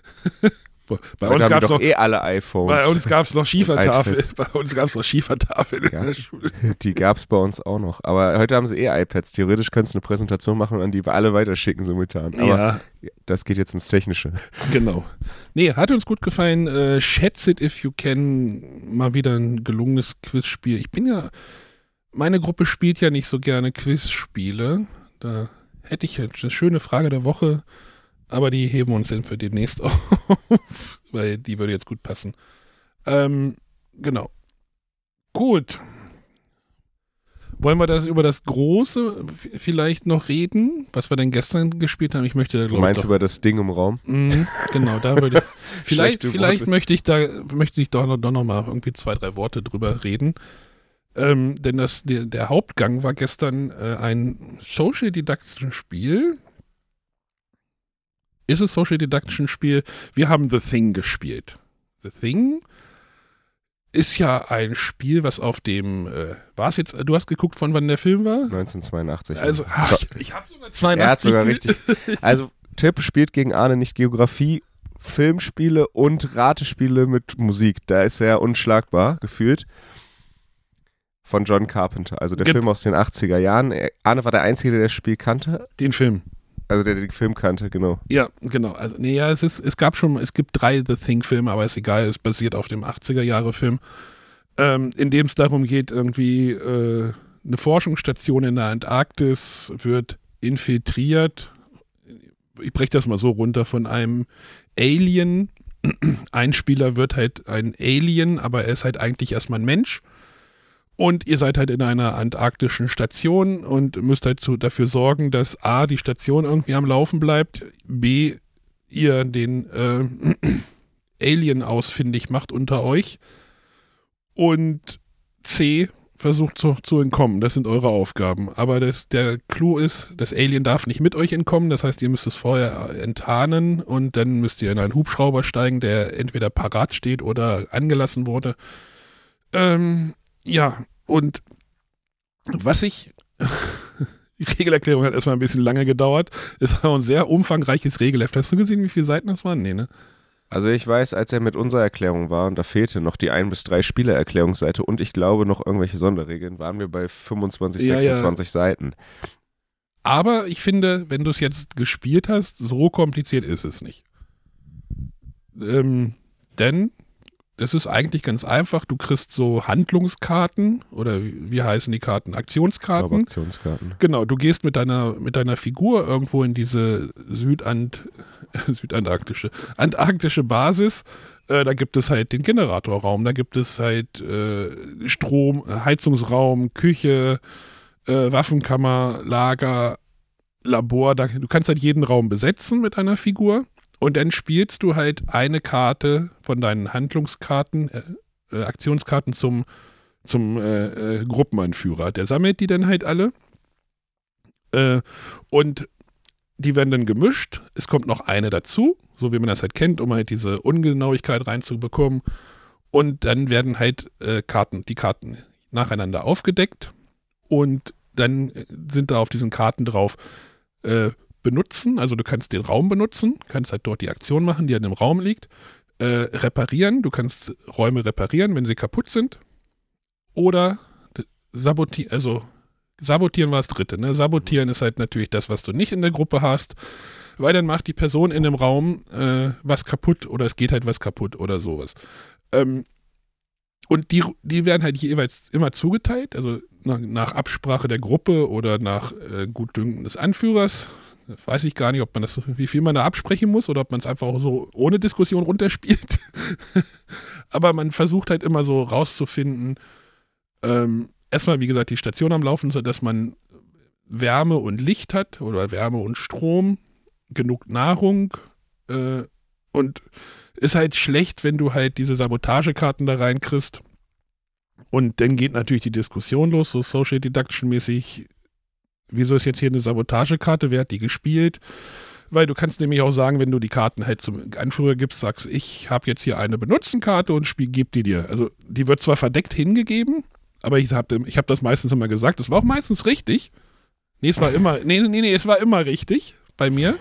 Bei uns gab es noch eh alle iPhones. Bei uns gab es noch Schiefertafel. Bei uns gab es noch Schiefertafel ja, in der Schule. Die gab es bei uns auch noch. Aber heute haben sie eh iPads. Theoretisch könntest du eine Präsentation machen, an die wir alle weiterschicken simultan. Aber ja. Das geht jetzt ins Technische. Genau. Nee, hat uns gut gefallen. Äh, Schätz it if you can. Mal wieder ein gelungenes Quizspiel. Ich bin ja, meine Gruppe spielt ja nicht so gerne Quizspiele. Da hätte ich jetzt eine schöne Frage der Woche. Aber die heben wir uns dann für demnächst auf, weil die würde jetzt gut passen. Ähm, genau. Gut. Wollen wir das über das Große vielleicht noch reden, was wir denn gestern gespielt haben? Ich möchte da, glaube ich, Du meinst über das Ding im Raum? Mhm, genau, da würde ich. Vielleicht, vielleicht möchte ich da, möchte ich doch noch, doch noch mal irgendwie zwei, drei Worte drüber reden. Ähm, denn das, der, der Hauptgang war gestern äh, ein Social Deduction Spiel. Ist es Social Deduction Spiel? Wir haben The Thing gespielt. The Thing ist ja ein Spiel, was auf dem, äh, war es jetzt, du hast geguckt, von wann der Film war? neunzehnhundertzweiundachtzig. Also, ach, ich, ich habe sogar zweiundachtzig. Er hat sogar richtig. Also, Tipp spielt gegen Arne nicht Geografie, Filmspiele und Ratespiele mit Musik. Da ist er unschlagbar, gefühlt. Von John Carpenter, also der Ge- Film aus den achtziger Jahren. Arne war der Einzige, der das Spiel kannte. Den Film. Also der, der den Film kannte, genau. Ja, genau. Also, nee, ja, es ist, es gab schon, es gibt drei The Thing-Filme, aber ist egal, es basiert auf dem achtziger-Jahre-Film, ähm, in dem es darum geht, irgendwie äh, eine Forschungsstation in der Antarktis wird infiltriert. Ich breche das mal so runter von einem Alien. Ein Spieler wird halt ein Alien, aber er ist halt eigentlich erstmal ein Mensch. Und ihr seid halt in einer antarktischen Station und müsst halt so dafür sorgen, dass A, die Station irgendwie am Laufen bleibt, B, ihr den äh, Alien ausfindig macht unter euch und C, versucht zu, zu entkommen. Das sind eure Aufgaben. Aber das, der Clou ist, das Alien darf nicht mit euch entkommen, das heißt, ihr müsst es vorher enttarnen und dann müsst ihr in einen Hubschrauber steigen, der entweder parat steht oder angelassen wurde. Ähm, Ja, und was ich, die Regelerklärung hat erstmal ein bisschen lange gedauert, es war ein sehr umfangreiches Regelheft. Hast du gesehen, wie viele Seiten das waren? Nee, ne? Also ich weiß, als er mit unserer Erklärung war und da fehlte noch die ein bis drei Spielererklärungsseite und ich glaube noch irgendwelche Sonderregeln, waren wir bei fünfundzwanzig, ja, sechsundzwanzig ja. Seiten. Aber ich finde, wenn du es jetzt gespielt hast, so kompliziert ist es nicht. Ähm, denn das ist eigentlich ganz einfach. Du kriegst so Handlungskarten oder wie heißen die Karten? Aktionskarten. Ich glaube, Aktionskarten. Genau, du gehst mit deiner, mit deiner Figur irgendwo in diese Südant, südantarktische, antarktische Basis Äh, da gibt es halt den Generatorraum, da gibt es halt äh, Strom, Heizungsraum, Küche, äh, Waffenkammer, Lager, Labor. Da, du kannst halt jeden Raum besetzen mit einer Figur und dann spielst du halt eine Karte von deinen Handlungskarten, äh, äh, Aktionskarten zum, zum äh, äh, Gruppenanführer. Der sammelt die dann halt alle äh, und die werden dann gemischt. Es kommt noch eine dazu, so wie man das halt kennt, um halt diese Ungenauigkeit reinzubekommen. Und dann werden halt äh, Karten, die Karten nacheinander aufgedeckt und dann sind da auf diesen Karten drauf äh, benutzen, also du kannst den Raum benutzen, kannst halt dort die Aktion machen, die an dem Raum liegt, äh, reparieren, du kannst Räume reparieren, wenn sie kaputt sind oder sabotieren, also sabotieren war das dritte, ne? Sabotieren ist halt natürlich das, was du nicht in der Gruppe hast, weil dann macht die Person in dem Raum äh, was kaputt oder es geht halt was kaputt oder sowas. Ähm, und die, die werden halt jeweils immer zugeteilt, also nach, nach Absprache der Gruppe oder nach äh, Gutdünken des Anführers. Das weiß ich gar nicht, ob man das, wie viel man da absprechen muss oder ob man es einfach so ohne Diskussion runterspielt. Aber man versucht halt immer so rauszufinden, ähm, erstmal, wie gesagt, die Station am Laufen, sodass man Wärme und Licht hat oder Wärme und Strom, genug Nahrung äh, und ist halt schlecht, wenn du halt diese Sabotagekarten da reinkriegst. Und dann geht natürlich die Diskussion los, so Social Deduction mäßig. Wieso ist jetzt hier eine Sabotagekarte? Wer hat die gespielt? Weil du kannst nämlich auch sagen, wenn du die Karten halt zum Anführer gibst, sagst, ich habe jetzt hier eine Benutzen-Karte und spiel, gib die dir. Also die wird zwar verdeckt hingegeben, aber ich habe ich hab das meistens immer gesagt. Das war auch meistens richtig. Nee, es war immer, nee, nee, nee, es war immer richtig bei mir.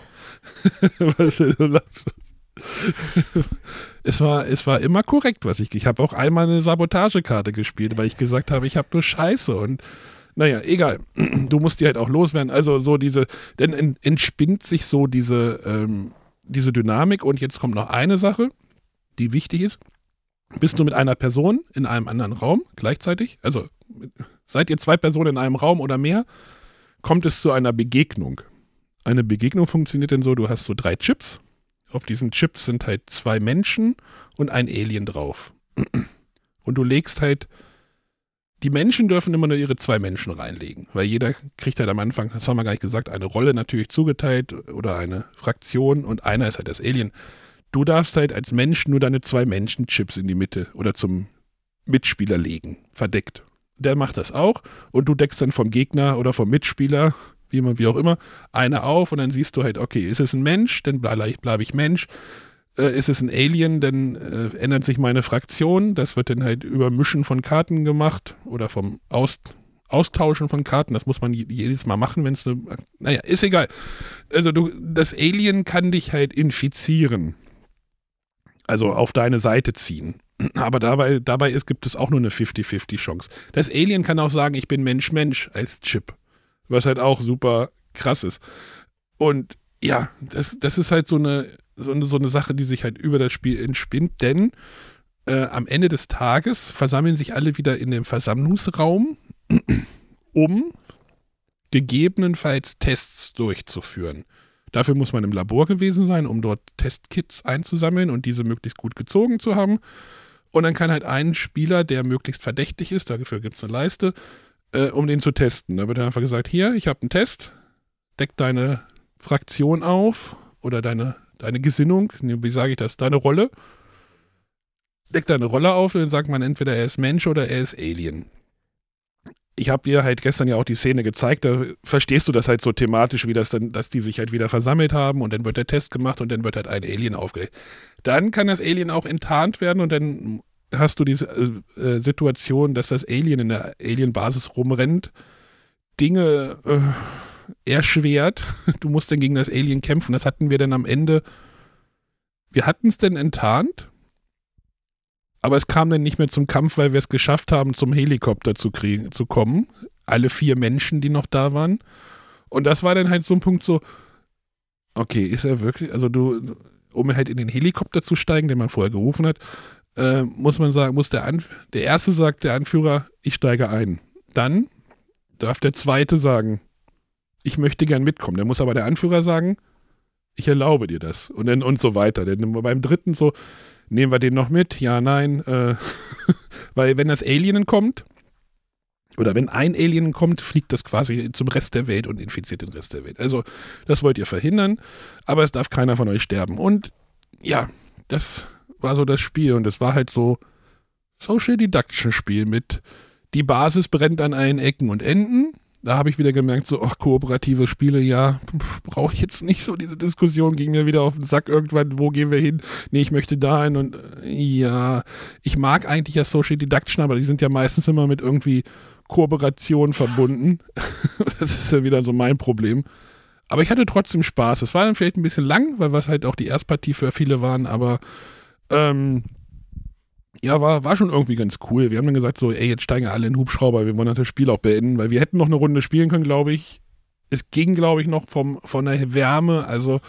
es war, es war immer korrekt, was ich, ich habe auch einmal eine Sabotagekarte gespielt, weil ich gesagt habe, ich habe nur Scheiße und naja, egal. Du musst die halt auch loswerden. Also so diese, dann entspinnt sich so diese, ähm, diese Dynamik und jetzt kommt noch eine Sache, die wichtig ist. Bist du mit einer Person in einem anderen Raum gleichzeitig, also seid ihr zwei Personen in einem Raum oder mehr, kommt es zu einer Begegnung. Eine Begegnung funktioniert dann so, du hast so drei Chips. Auf diesen Chips sind halt zwei Menschen und ein Alien drauf. Und du legst halt, die Menschen dürfen immer nur ihre zwei Menschen reinlegen, weil jeder kriegt halt am Anfang, das haben wir gar nicht gesagt, eine Rolle natürlich zugeteilt oder eine Fraktion und einer ist halt das Alien. Du darfst halt als Mensch nur deine zwei Menschen-Chips in die Mitte oder zum Mitspieler legen, verdeckt. Der macht das auch und du deckst dann vom Gegner oder vom Mitspieler, wie man, wie auch immer, eine auf und dann siehst du halt, okay, ist es ein Mensch, dann bleibe ich, bleib ich Mensch. Äh, ist es ein Alien, dann äh, ändert sich meine Fraktion. Das wird dann halt über Mischen von Karten gemacht oder vom Aus, Austauschen von Karten. Das muss man jedes Mal machen, wenn es eine, naja, ist egal. Also du, das Alien kann dich halt infizieren. Also auf deine Seite ziehen. Aber dabei, dabei ist, gibt es auch nur eine fifty fifty Chance. Das Alien kann auch sagen, ich bin Mensch-Mensch als Chip. Was halt auch super krass ist. Und ja, das, das ist halt so eine, so eine, so eine Sache, die sich halt über das Spiel entspinnt, denn äh, am Ende des Tages versammeln sich alle wieder in dem Versammlungsraum, um gegebenenfalls Tests durchzuführen. Dafür muss man im Labor gewesen sein, um dort Testkits einzusammeln und diese möglichst gut gezogen zu haben. Und dann kann halt ein Spieler, der möglichst verdächtig ist, dafür gibt es eine Leiste, äh, um den zu testen. Da wird dann einfach gesagt, hier, ich habe einen Test, deck deine Fraktion auf oder deine, deine Gesinnung, wie sage ich das, deine Rolle. Deck deine Rolle auf und dann sagt man entweder er ist Mensch oder er ist Alien. Ich habe dir halt gestern ja auch die Szene gezeigt, da verstehst du das halt so thematisch, wie das dann, dass die sich halt wieder versammelt haben und dann wird der Test gemacht und dann wird halt ein Alien aufgelegt. Dann kann das Alien auch enttarnt werden und dann hast du diese äh, Situation, dass das Alien in der Alien-Basis rumrennt, Dinge äh, erschwert, du musst dann gegen das Alien kämpfen. Das hatten wir dann am Ende, wir hatten es denn enttarnt, aber es kam dann nicht mehr zum Kampf, weil wir es geschafft haben, zum Helikopter zu kriegen, zu kommen. Alle vier Menschen, die noch da waren. Und das war dann halt so ein Punkt so, okay, ist er wirklich, also du, um halt in den Helikopter zu steigen, den man vorher gerufen hat, äh, muss man sagen, muss der Anf- der Erste sagt, der Anführer, ich steige ein. Dann darf der Zweite sagen, ich möchte gern mitkommen. Dann muss aber der Anführer sagen, ich erlaube dir das. Und dann und so weiter. Denn beim Dritten so, nehmen wir den noch mit? Ja, nein. Äh, weil wenn das Alien kommt, oder wenn ein Alien kommt, fliegt das quasi zum Rest der Welt und infiziert den Rest der Welt. Also das wollt ihr verhindern, aber es darf keiner von euch sterben. Und ja, das war so das Spiel und es war halt so Social Deduction Spiel mit die Basis brennt an allen Ecken und Enden. Da habe ich wieder gemerkt, so, ach, kooperative Spiele, ja, brauche ich jetzt nicht so. Diese Diskussion ging mir wieder auf den Sack irgendwann, wo gehen wir hin? Nee, ich möchte da hin und äh, ja, ich mag eigentlich ja Social Deduction, aber die sind ja meistens immer mit irgendwie Kooperation verbunden. Das ist ja wieder so mein Problem. Aber ich hatte trotzdem Spaß. Es war dann vielleicht ein bisschen lang, weil was halt auch die Erstpartie für viele waren, aber ähm, ja, war, war schon irgendwie ganz cool. Wir haben dann gesagt so, ey, jetzt steigen alle in den Hubschrauber, wir wollen das Spiel auch beenden, weil wir hätten noch eine Runde spielen können, glaube ich. Es ging, glaube ich, noch vom, von der Wärme, also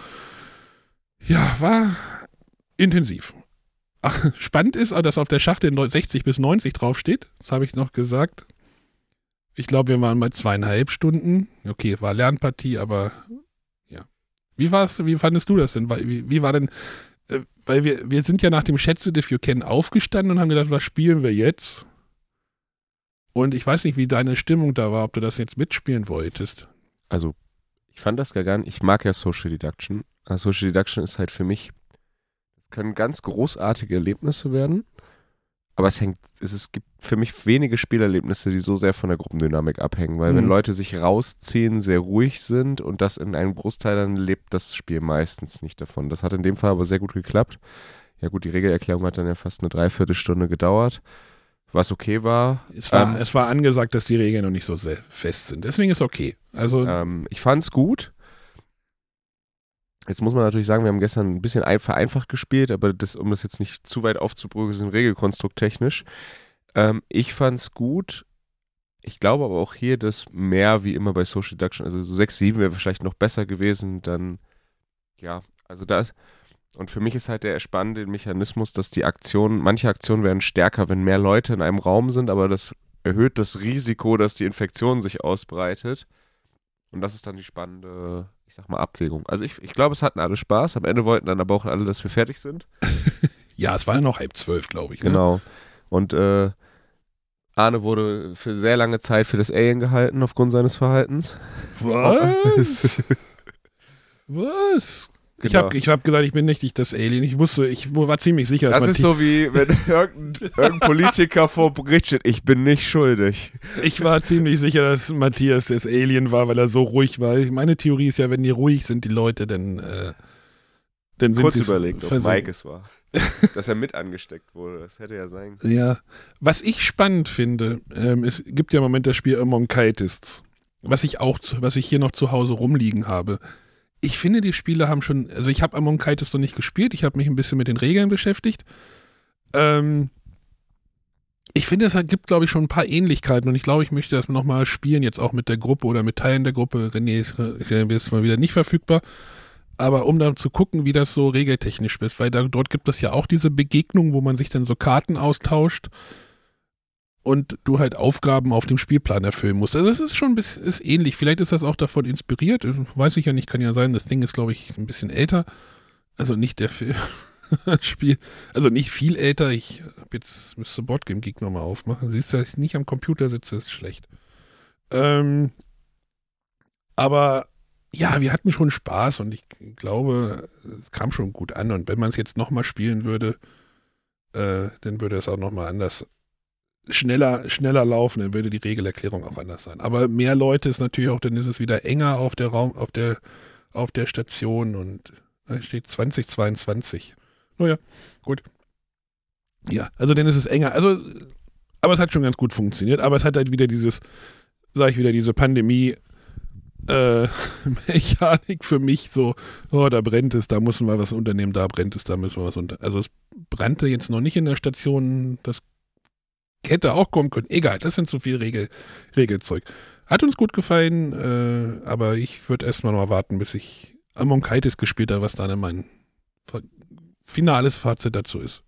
ja, war intensiv. Ach, spannend ist, dass auf der Schachtel sechzig bis neunzig draufsteht. Das habe ich noch gesagt. Ich glaube, wir waren bei zweieinhalb Stunden. Okay, war Lernpartie, aber ja. Wie war's, wie fandest du das denn? Wie, wie war denn, äh, weil wir, wir sind ja nach dem Schätze If You Can aufgestanden und haben gedacht, was spielen wir jetzt? Und ich weiß nicht, wie deine Stimmung da war, ob du das jetzt mitspielen wolltest. Also, ich fand das gar nicht, ich mag ja Social Deduction. Also Social Deduction ist halt für mich, es können ganz großartige Erlebnisse werden, aber es hängt, es, es gibt für mich wenige Spielerlebnisse, die so sehr von der Gruppendynamik abhängen, weil mhm. wenn Leute sich rausziehen, sehr ruhig sind und das in einem Großteil, dann lebt das Spiel meistens nicht davon. Das hat in dem Fall aber sehr gut geklappt. Ja gut, die Regelerklärung hat dann ja fast eine Dreiviertelstunde gedauert, was okay war. Es war, ähm, es war angesagt, dass die Regeln noch nicht so sehr fest sind, deswegen ist okay. Also ähm, ich fand's gut. Jetzt muss man natürlich sagen, wir haben gestern ein bisschen ein, vereinfacht gespielt, aber das, um das jetzt nicht zu weit aufzubrücken, sind Regelkonstrukt technisch. Ähm, ich fand's gut. Ich glaube aber auch hier, dass mehr wie immer bei Social Deduction, also so sechs, sieben wäre vielleicht noch besser gewesen, dann, ja, also da ist, und für mich ist halt der spannende Mechanismus, dass die Aktionen, manche Aktionen werden stärker, wenn mehr Leute in einem Raum sind, aber das erhöht das Risiko, dass die Infektion sich ausbreitet. Und das ist dann die spannende, ich sag mal, Abwägung. Also ich, ich glaube, es hatten alle Spaß. Am Ende wollten dann aber auch alle, dass wir fertig sind. Ja, es war ja noch halb zwölf, glaube ich. Ne? Genau. Und äh, Arne wurde für sehr lange Zeit für das Alien gehalten aufgrund seines Verhaltens. Was? Was? Genau. Ich habe ich hab gesagt, ich bin nicht das Alien. Ich wusste, ich war ziemlich sicher. Das ist so wie, wenn irgendein, irgendein Politiker vor Gericht steht, ich bin nicht schuldig. Ich war ziemlich sicher, dass Matthias das Alien war, weil er so ruhig war. Meine Theorie ist ja, wenn die ruhig sind, die Leute, dann, äh, dann sind Kurz die überlegt, ob versucht. Mike es war. Dass er mit angesteckt wurde. Das hätte ja sein können. Ja. Was ich spannend finde, ähm, es gibt ja im Moment das Spiel Among Kitists, was ich auch, was ich hier noch zu Hause rumliegen habe. Ich finde, die Spiele haben schon, also ich habe Among Kitists noch nicht gespielt, ich habe mich ein bisschen mit den Regeln beschäftigt. Ähm, ich finde, es gibt, glaube ich, schon ein paar Ähnlichkeiten und ich glaube, ich möchte das nochmal spielen, jetzt auch mit der Gruppe oder mit Teilen der Gruppe. René ist, ist ja jetzt mal wieder nicht verfügbar, aber um dann zu gucken, wie das so regeltechnisch ist, weil da, dort gibt es ja auch diese Begegnung, wo man sich dann so Karten austauscht und du halt Aufgaben auf dem Spielplan erfüllen musst. Also das ist schon ein bisschen ist ähnlich. Vielleicht ist das auch davon inspiriert. Weiß ich ja nicht, kann ja sein. Das Ding ist, glaube ich, ein bisschen älter. Also nicht der Film. Spiel. Also nicht viel älter. Ich habe jetzt, müsste Boardgame Geek nochmal aufmachen. Siehst du, dass ich nicht am Computer sitze, ist schlecht. Ähm, aber ja, wir hatten schon Spaß und ich glaube, es kam schon gut an. Und wenn man es jetzt nochmal spielen würde, äh, dann würde es auch nochmal anders schneller, schneller laufen, dann würde die Regelerklärung auch anders sein. Aber mehr Leute ist natürlich auch, dann ist es wieder enger auf der Raum, auf der, auf der Station und da steht zwanzig zweiundzwanzig. Naja, gut. Ja, also dann ist es enger. Also, aber es hat schon ganz gut funktioniert. Aber es hat halt wieder dieses, sag ich wieder, diese Pandemie äh, Mechanik für mich so, oh, da brennt es, da müssen wir was unternehmen, da brennt es, da müssen wir was unternehmen. Also es brannte jetzt noch nicht in der Station, das hätte auch kommen können. Egal, das sind so viel Regel, Regelzeug. Hat uns gut gefallen, äh, aber ich würde erstmal noch warten, bis ich Among Kitists gespielt habe, was dann mein finales Fazit dazu ist.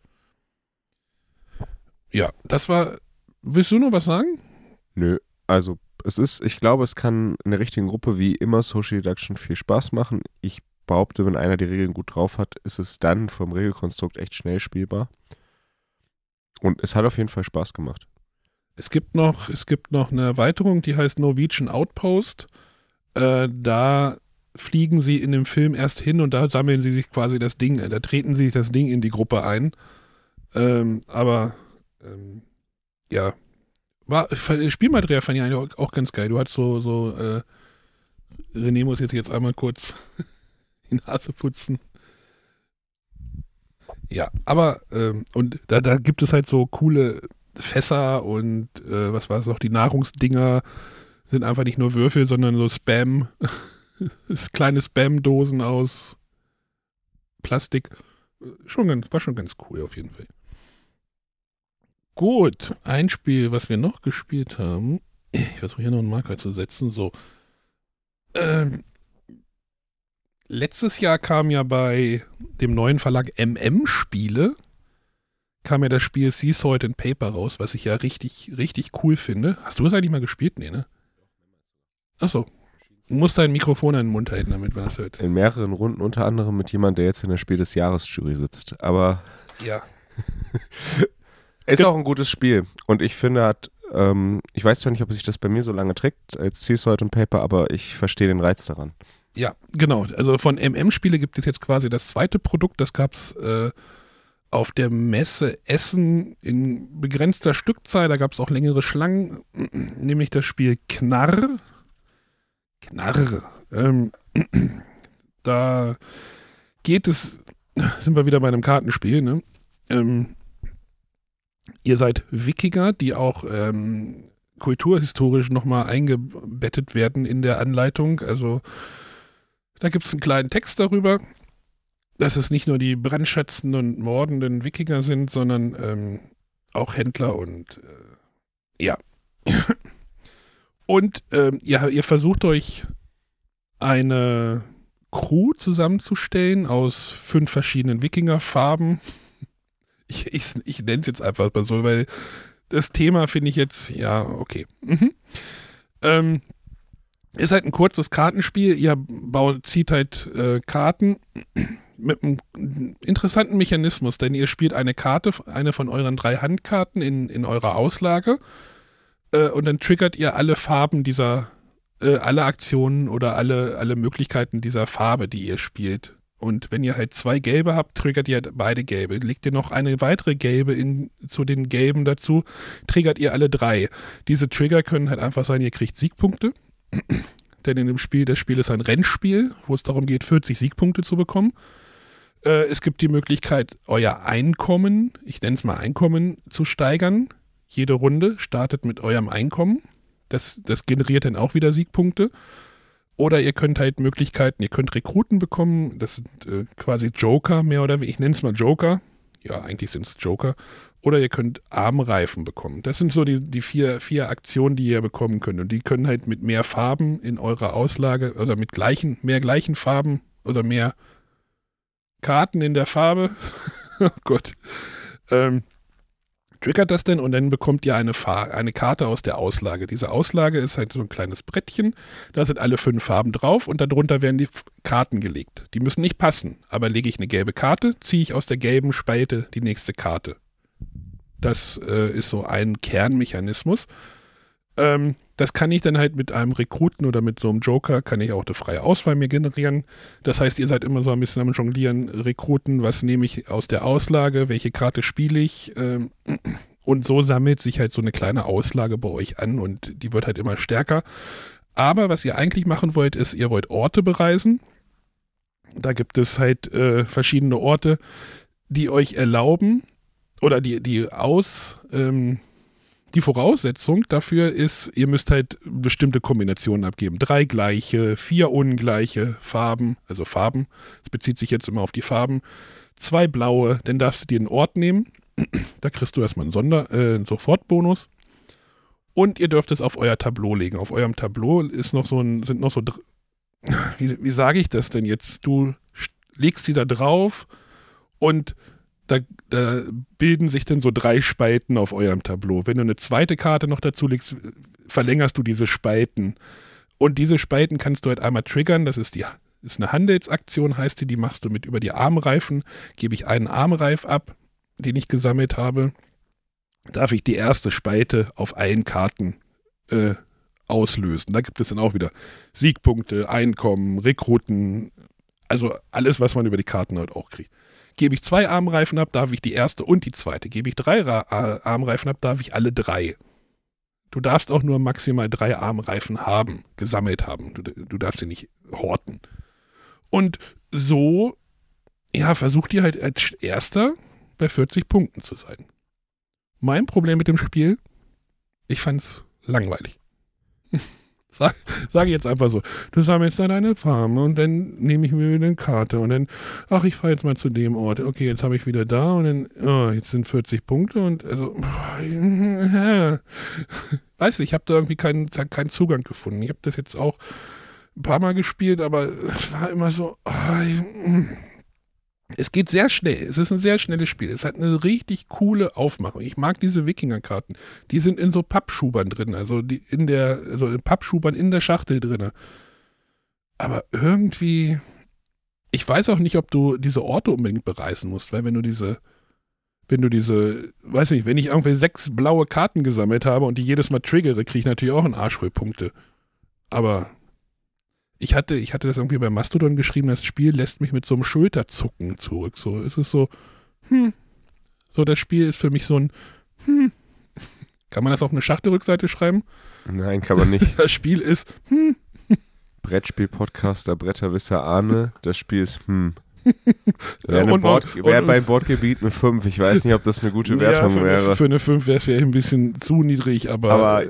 Ja, das war, willst du noch was sagen? Nö, also es ist, ich glaube, es kann in der richtigen Gruppe wie immer Social Deduction viel Spaß machen. Ich behaupte, wenn einer die Regeln gut drauf hat, ist es dann vom Regelkonstrukt echt schnell spielbar. Und es hat auf jeden Fall Spaß gemacht. Es gibt noch, es gibt noch eine Erweiterung, die heißt Norwegian Outpost. Äh, da fliegen sie in dem Film erst hin und da sammeln sie sich quasi das Ding, da treten sie sich das Ding in die Gruppe ein. Ähm, aber ähm, ja, war Spielmaterial fand ich eigentlich auch, auch ganz geil. Du hattest so, so äh, René muss jetzt, jetzt einmal kurz die Nase putzen. Ja, aber ähm, und da, da gibt es halt so coole Fässer und äh, was war es noch, die Nahrungsdinger sind einfach nicht nur Würfel, sondern so Spam, kleine Spam-Dosen aus Plastik. Schon ganz, war schon ganz cool auf jeden Fall. Gut, ein Spiel, was wir noch gespielt haben. Ich versuche hier noch einen Marker zu setzen. So. Ähm, letztes Jahr kam ja bei dem neuen Verlag M M Spiele kam ja das Spiel Sea Salt and Paper raus, was ich ja richtig, richtig cool finde. Hast du das eigentlich mal gespielt? Nee, ne? Achso. Du musst dein Mikrofon an den Mund halten, damit man es hört. In mehreren Runden, unter anderem mit jemandem, der jetzt in der Spiel des Jahres-Jury sitzt. Aber ja. ist auch ein gutes Spiel. Und ich finde, hat, ähm, ich weiß zwar nicht, ob sich das bei mir so lange trägt als Sea Salt and Paper, aber ich verstehe den Reiz daran. Ja, genau. Also von M M-Spiele gibt es jetzt quasi das zweite Produkt. Das gab es äh, auf der Messe Essen in begrenzter Stückzahl. Da gab es auch längere Schlangen, nämlich das Spiel Knarr. Knarr. Ähm, da geht es, sind wir wieder bei einem Kartenspiel, ne? Ähm, ihr seid Wikinger, die auch ähm, kulturhistorisch nochmal eingebettet werden in der Anleitung. Also da gibt es einen kleinen Text darüber, dass es nicht nur die brandschatzenden und mordenden Wikinger sind, sondern ähm, auch Händler und äh, ja. Und ähm, ihr, ihr versucht euch eine Crew zusammenzustellen aus fünf verschiedenen Wikingerfarben. Ich, ich, ich nenne es jetzt einfach mal so, weil das Thema finde ich jetzt, ja, okay. Mhm. Ähm, ist halt ein kurzes Kartenspiel. Ihr baut, zieht halt äh, Karten mit einem interessanten Mechanismus, denn ihr spielt eine Karte, eine von euren drei Handkarten in, in eurer Auslage äh, und dann triggert ihr alle Farben dieser, äh, alle Aktionen oder alle, alle Möglichkeiten dieser Farbe, die ihr spielt. Und wenn ihr halt zwei gelbe habt, triggert ihr halt beide gelbe. Legt ihr noch eine weitere gelbe in, zu den gelben dazu, triggert ihr alle drei. Diese Trigger können halt einfach sein, ihr kriegt Siegpunkte. Denn in dem Spiel, das Spiel ist ein Rennspiel, wo es darum geht, vierzig Siegpunkte zu bekommen. Äh, es gibt die Möglichkeit, euer Einkommen, ich nenne es mal Einkommen, zu steigern. Jede Runde startet mit eurem Einkommen. Das, das generiert dann auch wieder Siegpunkte. Oder ihr könnt halt Möglichkeiten, ihr könnt Rekruten bekommen, das sind äh, quasi Joker, mehr oder weniger, ich nenne es mal Joker, ja, eigentlich sind es Joker, oder ihr könnt Armreifen bekommen. Das sind so die, die vier, vier Aktionen, die ihr bekommen könnt und die können halt mit mehr Farben in eurer Auslage, oder mit gleichen, mehr gleichen Farben oder mehr Karten in der Farbe, oh Gott, ähm, triggert das denn und dann bekommt ihr eine, Fa- eine Karte aus der Auslage. Diese Auslage ist halt so ein kleines Brettchen, da sind alle fünf Farben drauf und darunter werden die F- Karten gelegt. Die müssen nicht passen, aber lege ich eine gelbe Karte, ziehe ich aus der gelben Spalte die nächste Karte. Das äh, ist so ein Kernmechanismus. Ähm, das kann ich dann halt mit einem Rekruten oder mit so einem Joker, kann ich auch eine freie Auswahl mir generieren. Das heißt, ihr seid immer so ein bisschen am Jonglieren, Rekruten, was nehme ich aus der Auslage, welche Karte spiele ich ähm, und so sammelt sich halt so eine kleine Auslage bei euch an und die wird halt immer stärker. Aber was ihr eigentlich machen wollt, ist, ihr wollt Orte bereisen. Da gibt es halt äh, verschiedene Orte, die euch erlauben oder die, die aus... Ähm, Die Voraussetzung dafür ist, ihr müsst halt bestimmte Kombinationen abgeben. Drei gleiche, vier ungleiche Farben, also Farben, das bezieht sich jetzt immer auf die Farben. Zwei blaue, dann darfst du dir einen Ort nehmen. Da kriegst du erstmal einen, Sonder-, äh, einen Sofortbonus. Und ihr dürft es auf euer Tableau legen. Auf eurem Tableau ist noch so ein, sind noch so, dr- wie, wie sage ich das denn jetzt? Du legst die da drauf und Da, da bilden sich dann so drei Spalten auf eurem Tableau. Wenn du eine zweite Karte noch dazu legst, verlängerst du diese Spalten. Und diese Spalten kannst du halt einmal triggern. Das ist die, Ist eine Handelsaktion, heißt die, die machst du mit über die Armreifen. Gebe ich einen Armreif ab, den ich gesammelt habe, darf ich die erste Spalte auf allen Karten äh, auslösen. Da gibt es dann auch wieder Siegpunkte, Einkommen, Rekruten, also alles, was man über die Karten halt auch kriegt. Gebe ich zwei Armreifen ab, darf ich die erste und die zweite. Gebe ich drei Ra- Armreifen ab, darf ich alle drei. Du darfst auch nur maximal drei Armreifen haben, gesammelt haben. Du, du darfst sie nicht horten. Und so, ja, versucht ihr halt als Erster bei vierzig Punkten zu sein. Mein Problem mit dem Spiel, ich fand's langweilig. Sag, sage ich jetzt einfach so, du sammelst dann eine Farm und dann nehme ich mir wieder eine Karte und dann, ach, ich fahre jetzt mal zu dem Ort. Okay, jetzt habe ich wieder da und dann, oh, jetzt sind vierzig Punkte und also, ja. Weißt du, ich habe da irgendwie keinen, keinen Zugang gefunden. Ich habe das jetzt auch ein paar Mal gespielt, aber es war immer so, oh, ich, es geht sehr schnell. Es ist ein sehr schnelles Spiel. Es hat eine richtig coole Aufmachung. Ich mag diese Wikinger-Karten. Die sind in so Pappschubern drin, also die in der, also in Pappschubern in der Schachtel drin. Aber irgendwie, ich weiß auch nicht, ob du diese Orte unbedingt bereisen musst, weil wenn du diese, wenn du diese, weiß nicht, wenn ich irgendwie sechs blaue Karten gesammelt habe und die jedes Mal triggere, kriege ich natürlich auch einen Arsch voll Punkte. Aber Ich hatte, ich hatte das irgendwie bei Mastodon geschrieben, das Spiel lässt mich mit so einem Schulterzucken zurück. So, es ist so, hm. So, das Spiel ist für mich so ein, hm. Kann man das auf eine Schachtelrückseite schreiben? Nein, kann man nicht. Das Spiel ist, hm. Brettspiel-Podcaster, Bretterwisser Arne, das Spiel ist, hm. Wäre Und- Board, und- wär und- beim Bordgebiet eine fünf. Ich weiß nicht, ob das eine gute Wertung ja, für, wäre. Für eine fünf wäre es vielleicht ein bisschen zu niedrig, aber, Aber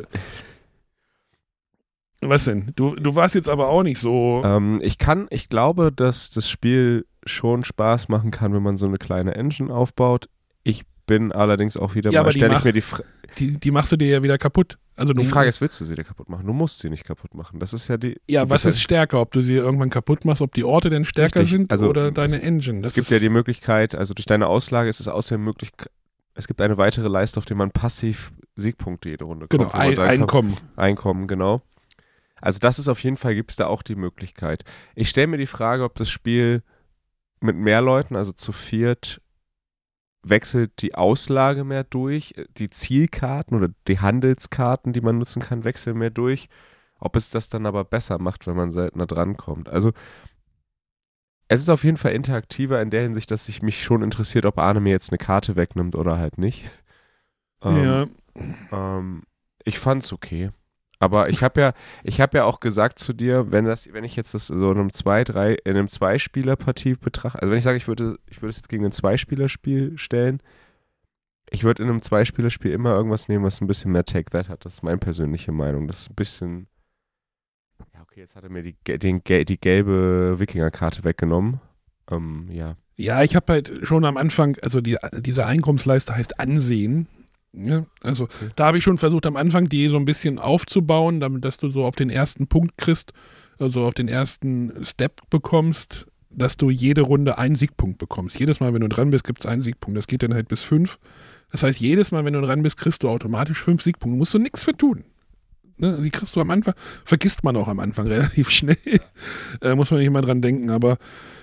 was denn? Du, du warst jetzt aber auch nicht so, ähm, ich kann, ich glaube, dass das Spiel schon Spaß machen kann, wenn man so eine kleine Engine aufbaut. Ich bin allerdings auch wieder Ja, mal, aber die stelle ich mach- mir die, Fra die, die machst du dir ja wieder kaputt. Also du, die Frage ist, willst du sie dir kaputt machen? Du musst sie nicht kaputt machen. Das ist ja die. ja, du was bist ist stärker? Ob du sie irgendwann kaputt machst, ob die Orte denn stärker Richtig. sind Also, oder es- deine Engine? Das Es gibt ist, ja die Möglichkeit, also durch deine Auslage ist es außerdem möglich, es gibt eine weitere Leiste, auf der man passiv Siegpunkte jede Runde genau, kommt. wo man ein, sagen kann- Einkommen. Einkommen, genau. Also das ist auf jeden Fall, gibt es da auch die Möglichkeit. Ich stelle mir die Frage, ob das Spiel mit mehr Leuten, also zu viert, wechselt die Auslage mehr durch, die Zielkarten oder die Handelskarten, die man nutzen kann, wechseln mehr durch. Ob es das dann aber besser macht, wenn man seltener drankommt. Also es ist auf jeden Fall interaktiver in der Hinsicht, dass sich mich schon interessiert, ob Arne mir jetzt eine Karte wegnimmt oder halt nicht. Ähm, Ja, ähm, ich fand's okay. Aber ich habe ja, ich habe ja auch gesagt zu dir, wenn das, wenn ich jetzt das so in einem zwei, drei, in einem Zweispieler-Partie betrachte, also wenn ich sage, ich würde, ich würde es jetzt gegen ein Zweispielerspiel stellen, ich würde in einem Zweispielerspiel immer irgendwas nehmen, was ein bisschen mehr Take That hat. Das ist meine persönliche Meinung. Das ist ein bisschen, ja okay, jetzt hat er mir die, den, die gelbe Wikinger-Karte weggenommen. Ähm, ja. ja, ich habe halt schon am Anfang, also die, diese Einkommensleiste heißt Ansehen. Ja, also Okay. da habe ich schon versucht, am Anfang die so ein bisschen aufzubauen, damit, dass du so auf den ersten Punkt kriegst, also auf den ersten Step bekommst, dass du jede Runde einen Siegpunkt bekommst. Jedes Mal, wenn du dran bist, gibt es einen Siegpunkt. Das geht dann halt bis fünf. Das heißt, jedes Mal, wenn du dran bist, kriegst du automatisch fünf Siegpunkte. Musst du nichts für tun. Ne? Die kriegst du am Anfang, vergisst man auch am Anfang relativ schnell. äh, muss man nicht mal dran denken, aber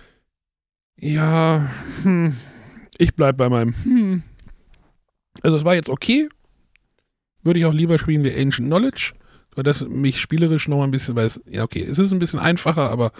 ja, hm, ich bleib bei meinem hm. Also es war jetzt okay. Würde ich auch lieber spielen wie Ancient Knowledge, weil das mich spielerisch noch mal ein bisschen, weil es, ja okay, es ist ein bisschen einfacher, aber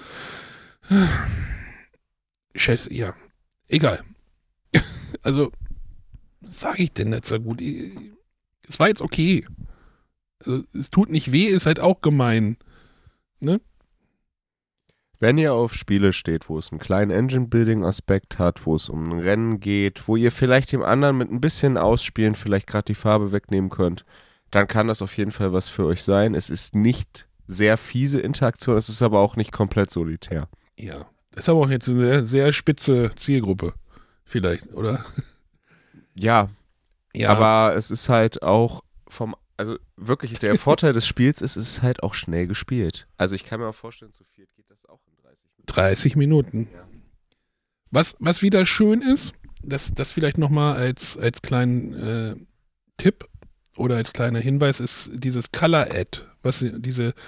Scheiße, ja, egal. Also, was sage ich denn nicht so gut? Es war jetzt okay. Also, es tut nicht weh, ist halt auch gemein. Ne? Wenn ihr auf Spiele steht, wo es einen kleinen Engine-Building-Aspekt hat, wo es um ein Rennen geht, wo ihr vielleicht dem anderen mit ein bisschen Ausspielen vielleicht gerade die Farbe wegnehmen könnt, dann kann das auf jeden Fall was für euch sein. Es ist nicht sehr fiese Interaktion, es ist aber auch nicht komplett solitär. Ja, das ist aber auch jetzt eine sehr, sehr spitze Zielgruppe. Vielleicht, oder? Ja, Ja, aber es ist halt auch vom, also wirklich der Vorteil des Spiels ist, es ist halt auch schnell gespielt. Also ich kann mir auch vorstellen, zu viert geht das auch in dreißig Minuten. dreißig Minuten. Ja. Was, was wieder schön ist, das, das vielleicht nochmal als, als kleinen äh, Tipp oder als kleiner Hinweis ist dieses Color Add, was sie- diese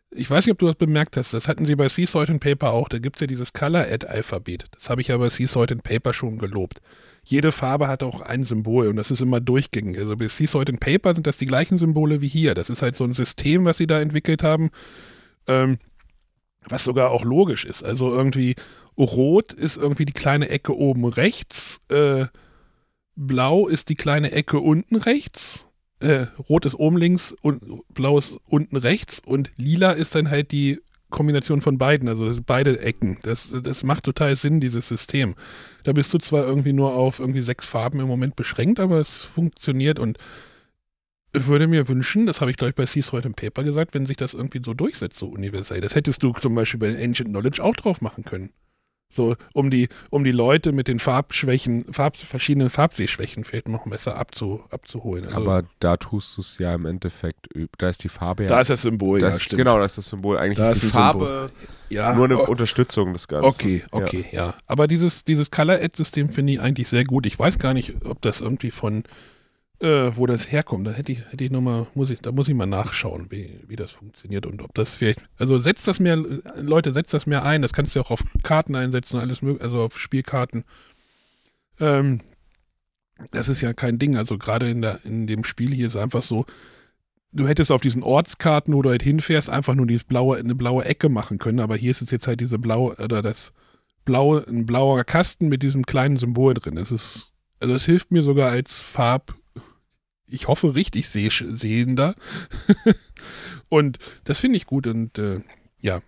Ich weiß nicht, ob du das bemerkt hast, das hatten sie bei Sea Salt and Paper auch, da gibt es ja dieses Color-Add-Alphabet. Das habe ich ja bei Sea Salt and Paper schon gelobt. Jede Farbe hat auch ein Symbol und das ist immer durchgängig. Also bei Sea Salt and Paper sind das die gleichen Symbole wie hier. Das ist halt so ein System, was sie da entwickelt haben, ähm, was sogar auch logisch ist. Also irgendwie Rot ist irgendwie die kleine Ecke oben rechts, äh, Blau ist die kleine Ecke unten rechts, äh, Rot ist oben links und Blau ist unten rechts und Lila ist dann halt die Kombination von beiden, also beide Ecken. Das, das macht total Sinn, dieses System. Da bist du zwar irgendwie nur auf irgendwie sechs Farben im Moment beschränkt, aber es funktioniert und ich würde mir wünschen, das habe ich glaube ich bei Sea Salt and Paper gesagt, wenn sich das irgendwie so durchsetzt, so universell. Das hättest du zum Beispiel bei Ancient Knowledge auch drauf machen können. So, um die, um die Leute mit den Farbschwächen, Farb, verschiedenen Farbsehschwächen vielleicht noch besser abzu, abzuholen. Also, aber da tust du es ja im Endeffekt, da ist die Farbe ja. da ist das Symbol, das, ja, stimmt. Genau, das ist das Symbol. Eigentlich Da ist die ist ein Farbe ja, nur eine oh, Unterstützung des Ganzen. Okay, okay, ja. ja. Aber dieses, dieses Color-Add-System finde ich eigentlich sehr gut. Ich weiß gar nicht, ob das irgendwie von, äh, wo das herkommt. Da hätte ich, hätte ich noch mal, muss ich, da muss ich mal nachschauen, wie, wie das funktioniert und ob das vielleicht, also setzt das mehr, Leute, setzt das mehr ein. Das kannst du auch auf Karten einsetzen, alles mögliche, also auf Spielkarten. Ähm, das ist ja kein Ding. Also gerade in der, in dem Spiel hier ist einfach so, du hättest auf diesen Ortskarten, wo du halt hinfährst, einfach nur dieses blaue, eine blaue Ecke machen können, aber hier ist es jetzt halt diese blaue, oder das blaue, ein blauer Kasten mit diesem kleinen Symbol drin. Es ist, also es hilft mir sogar als Farb, ich hoffe, richtig seh sehender. Und das finde ich gut und äh, ja.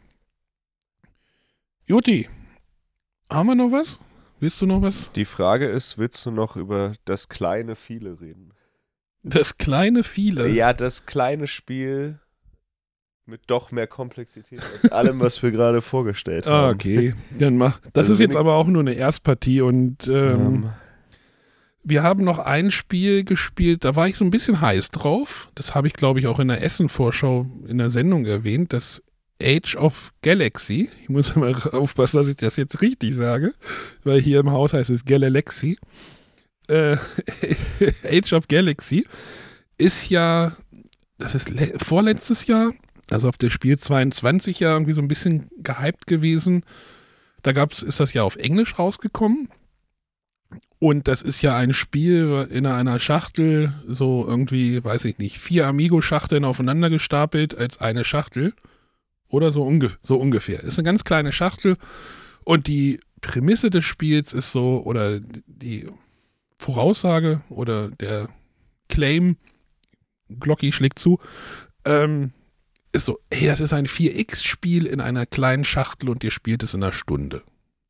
Juti, haben wir noch was? Willst du noch was? Die Frage ist, willst du noch über das kleine Viele reden? Das kleine Viele? Ja, das kleine Spiel mit doch mehr Komplexität als allem, was wir gerade vorgestellt haben. Ah, okay. Dann mach. Das Also ist jetzt aber auch nur eine Erstpartie und ähm, Ähm, wir haben noch ein Spiel gespielt, da war ich so ein bisschen heiß drauf. Das habe ich, glaube ich, auch in der Essen-Vorschau in der Sendung erwähnt. Das Age of Galaxy. Ich muss mal aufpassen, dass ich das jetzt richtig sage, weil hier im Haus heißt es Galaxy. Äh, Age of Galaxy ist ja, das ist vorletztes Jahr, also auf der Spiel zweiundzwanzig ja irgendwie so ein bisschen gehypt gewesen. Da gab's, ist das ja auf Englisch rausgekommen. Und das ist ja ein Spiel in einer Schachtel, so irgendwie, weiß ich nicht, vier Amigo-Schachteln aufeinander gestapelt als eine Schachtel. Oder so, ungef so ungefähr. Ist eine ganz kleine Schachtel. Und die Prämisse des Spiels ist so, oder die Voraussage oder der Claim, Glocki schlägt zu, ähm, ist so, hey, das ist ein vier X-Spiel in einer kleinen Schachtel und ihr spielt es in einer Stunde.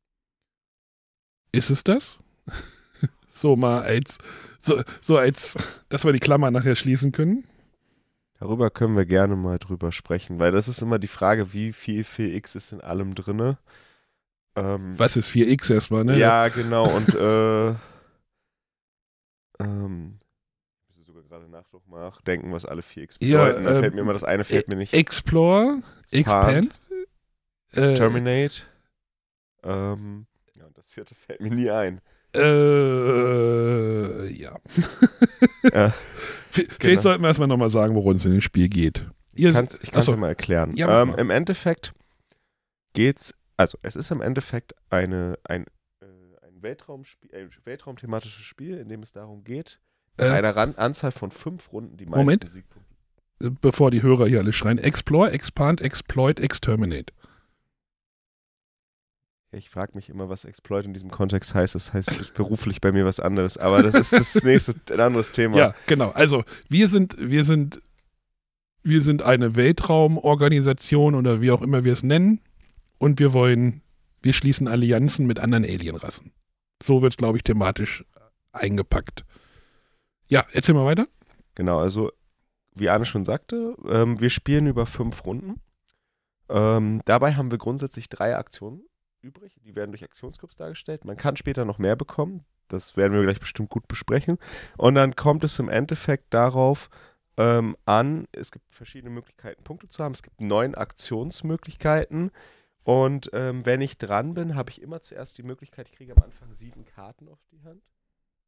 Ist es das? So mal als, so, so als, dass wir die Klammer nachher schließen können. Darüber können wir gerne mal drüber sprechen, weil das ist immer die Frage, wie viel vier X ist in allem drinne. Ähm, Was ist vier X erstmal, ne? Ja, genau, und äh, ähm, ich muss sogar gerade nach, noch nachdenken, was alle vier X bedeuten. Ja, da ähm, fällt mir immer das eine, fällt mir nicht. Explore, Expand, äh, Exterminate. Ähm, ja, und das vierte fällt mir nie ein. Äh, ja. Ja, Vielleicht genau. sollten wir erstmal nochmal sagen, worum es in dem Spiel geht. Ihr, Kann's, ich kann es achso. dir mal erklären. Ja, mach ähm, mal. Im Endeffekt geht's, also es ist im Endeffekt eine, ein, äh, ein Weltraumspiel, ein weltraumthematisches Spiel, in dem es darum geht, Äh, in einer Ran Anzahl von fünf Runden die meisten Moment. Siegpunkte. Bevor die Hörer hier alle schreien, Explore, Expand, Exploit, Exterminate. Ich frage mich immer, was Exploit in diesem Kontext heißt. Das heißt beruflich bei mir was anderes. Aber das ist das nächste, ein anderes Thema. Ja, genau. Also wir sind, wir sind, wir sind eine Weltraumorganisation oder wie auch immer wir es nennen. Und wir wollen, wir schließen Allianzen mit anderen Alienrassen. So wird es, glaube ich, thematisch eingepackt. Ja, erzähl mal weiter. Genau, also wie Arne schon sagte, ähm, wir spielen über fünf Runden. Ähm, dabei haben wir grundsätzlich drei Aktionen übrig. Die werden durch Aktionsclubs dargestellt. Man kann später noch mehr bekommen. Das werden wir gleich bestimmt gut besprechen. Und dann kommt es im Endeffekt darauf ähm, an, es gibt verschiedene Möglichkeiten, Punkte zu haben. Es gibt neun Aktionsmöglichkeiten. Und ähm, wenn ich dran bin, habe ich immer zuerst die Möglichkeit, ich kriege am Anfang sieben Karten auf die Hand.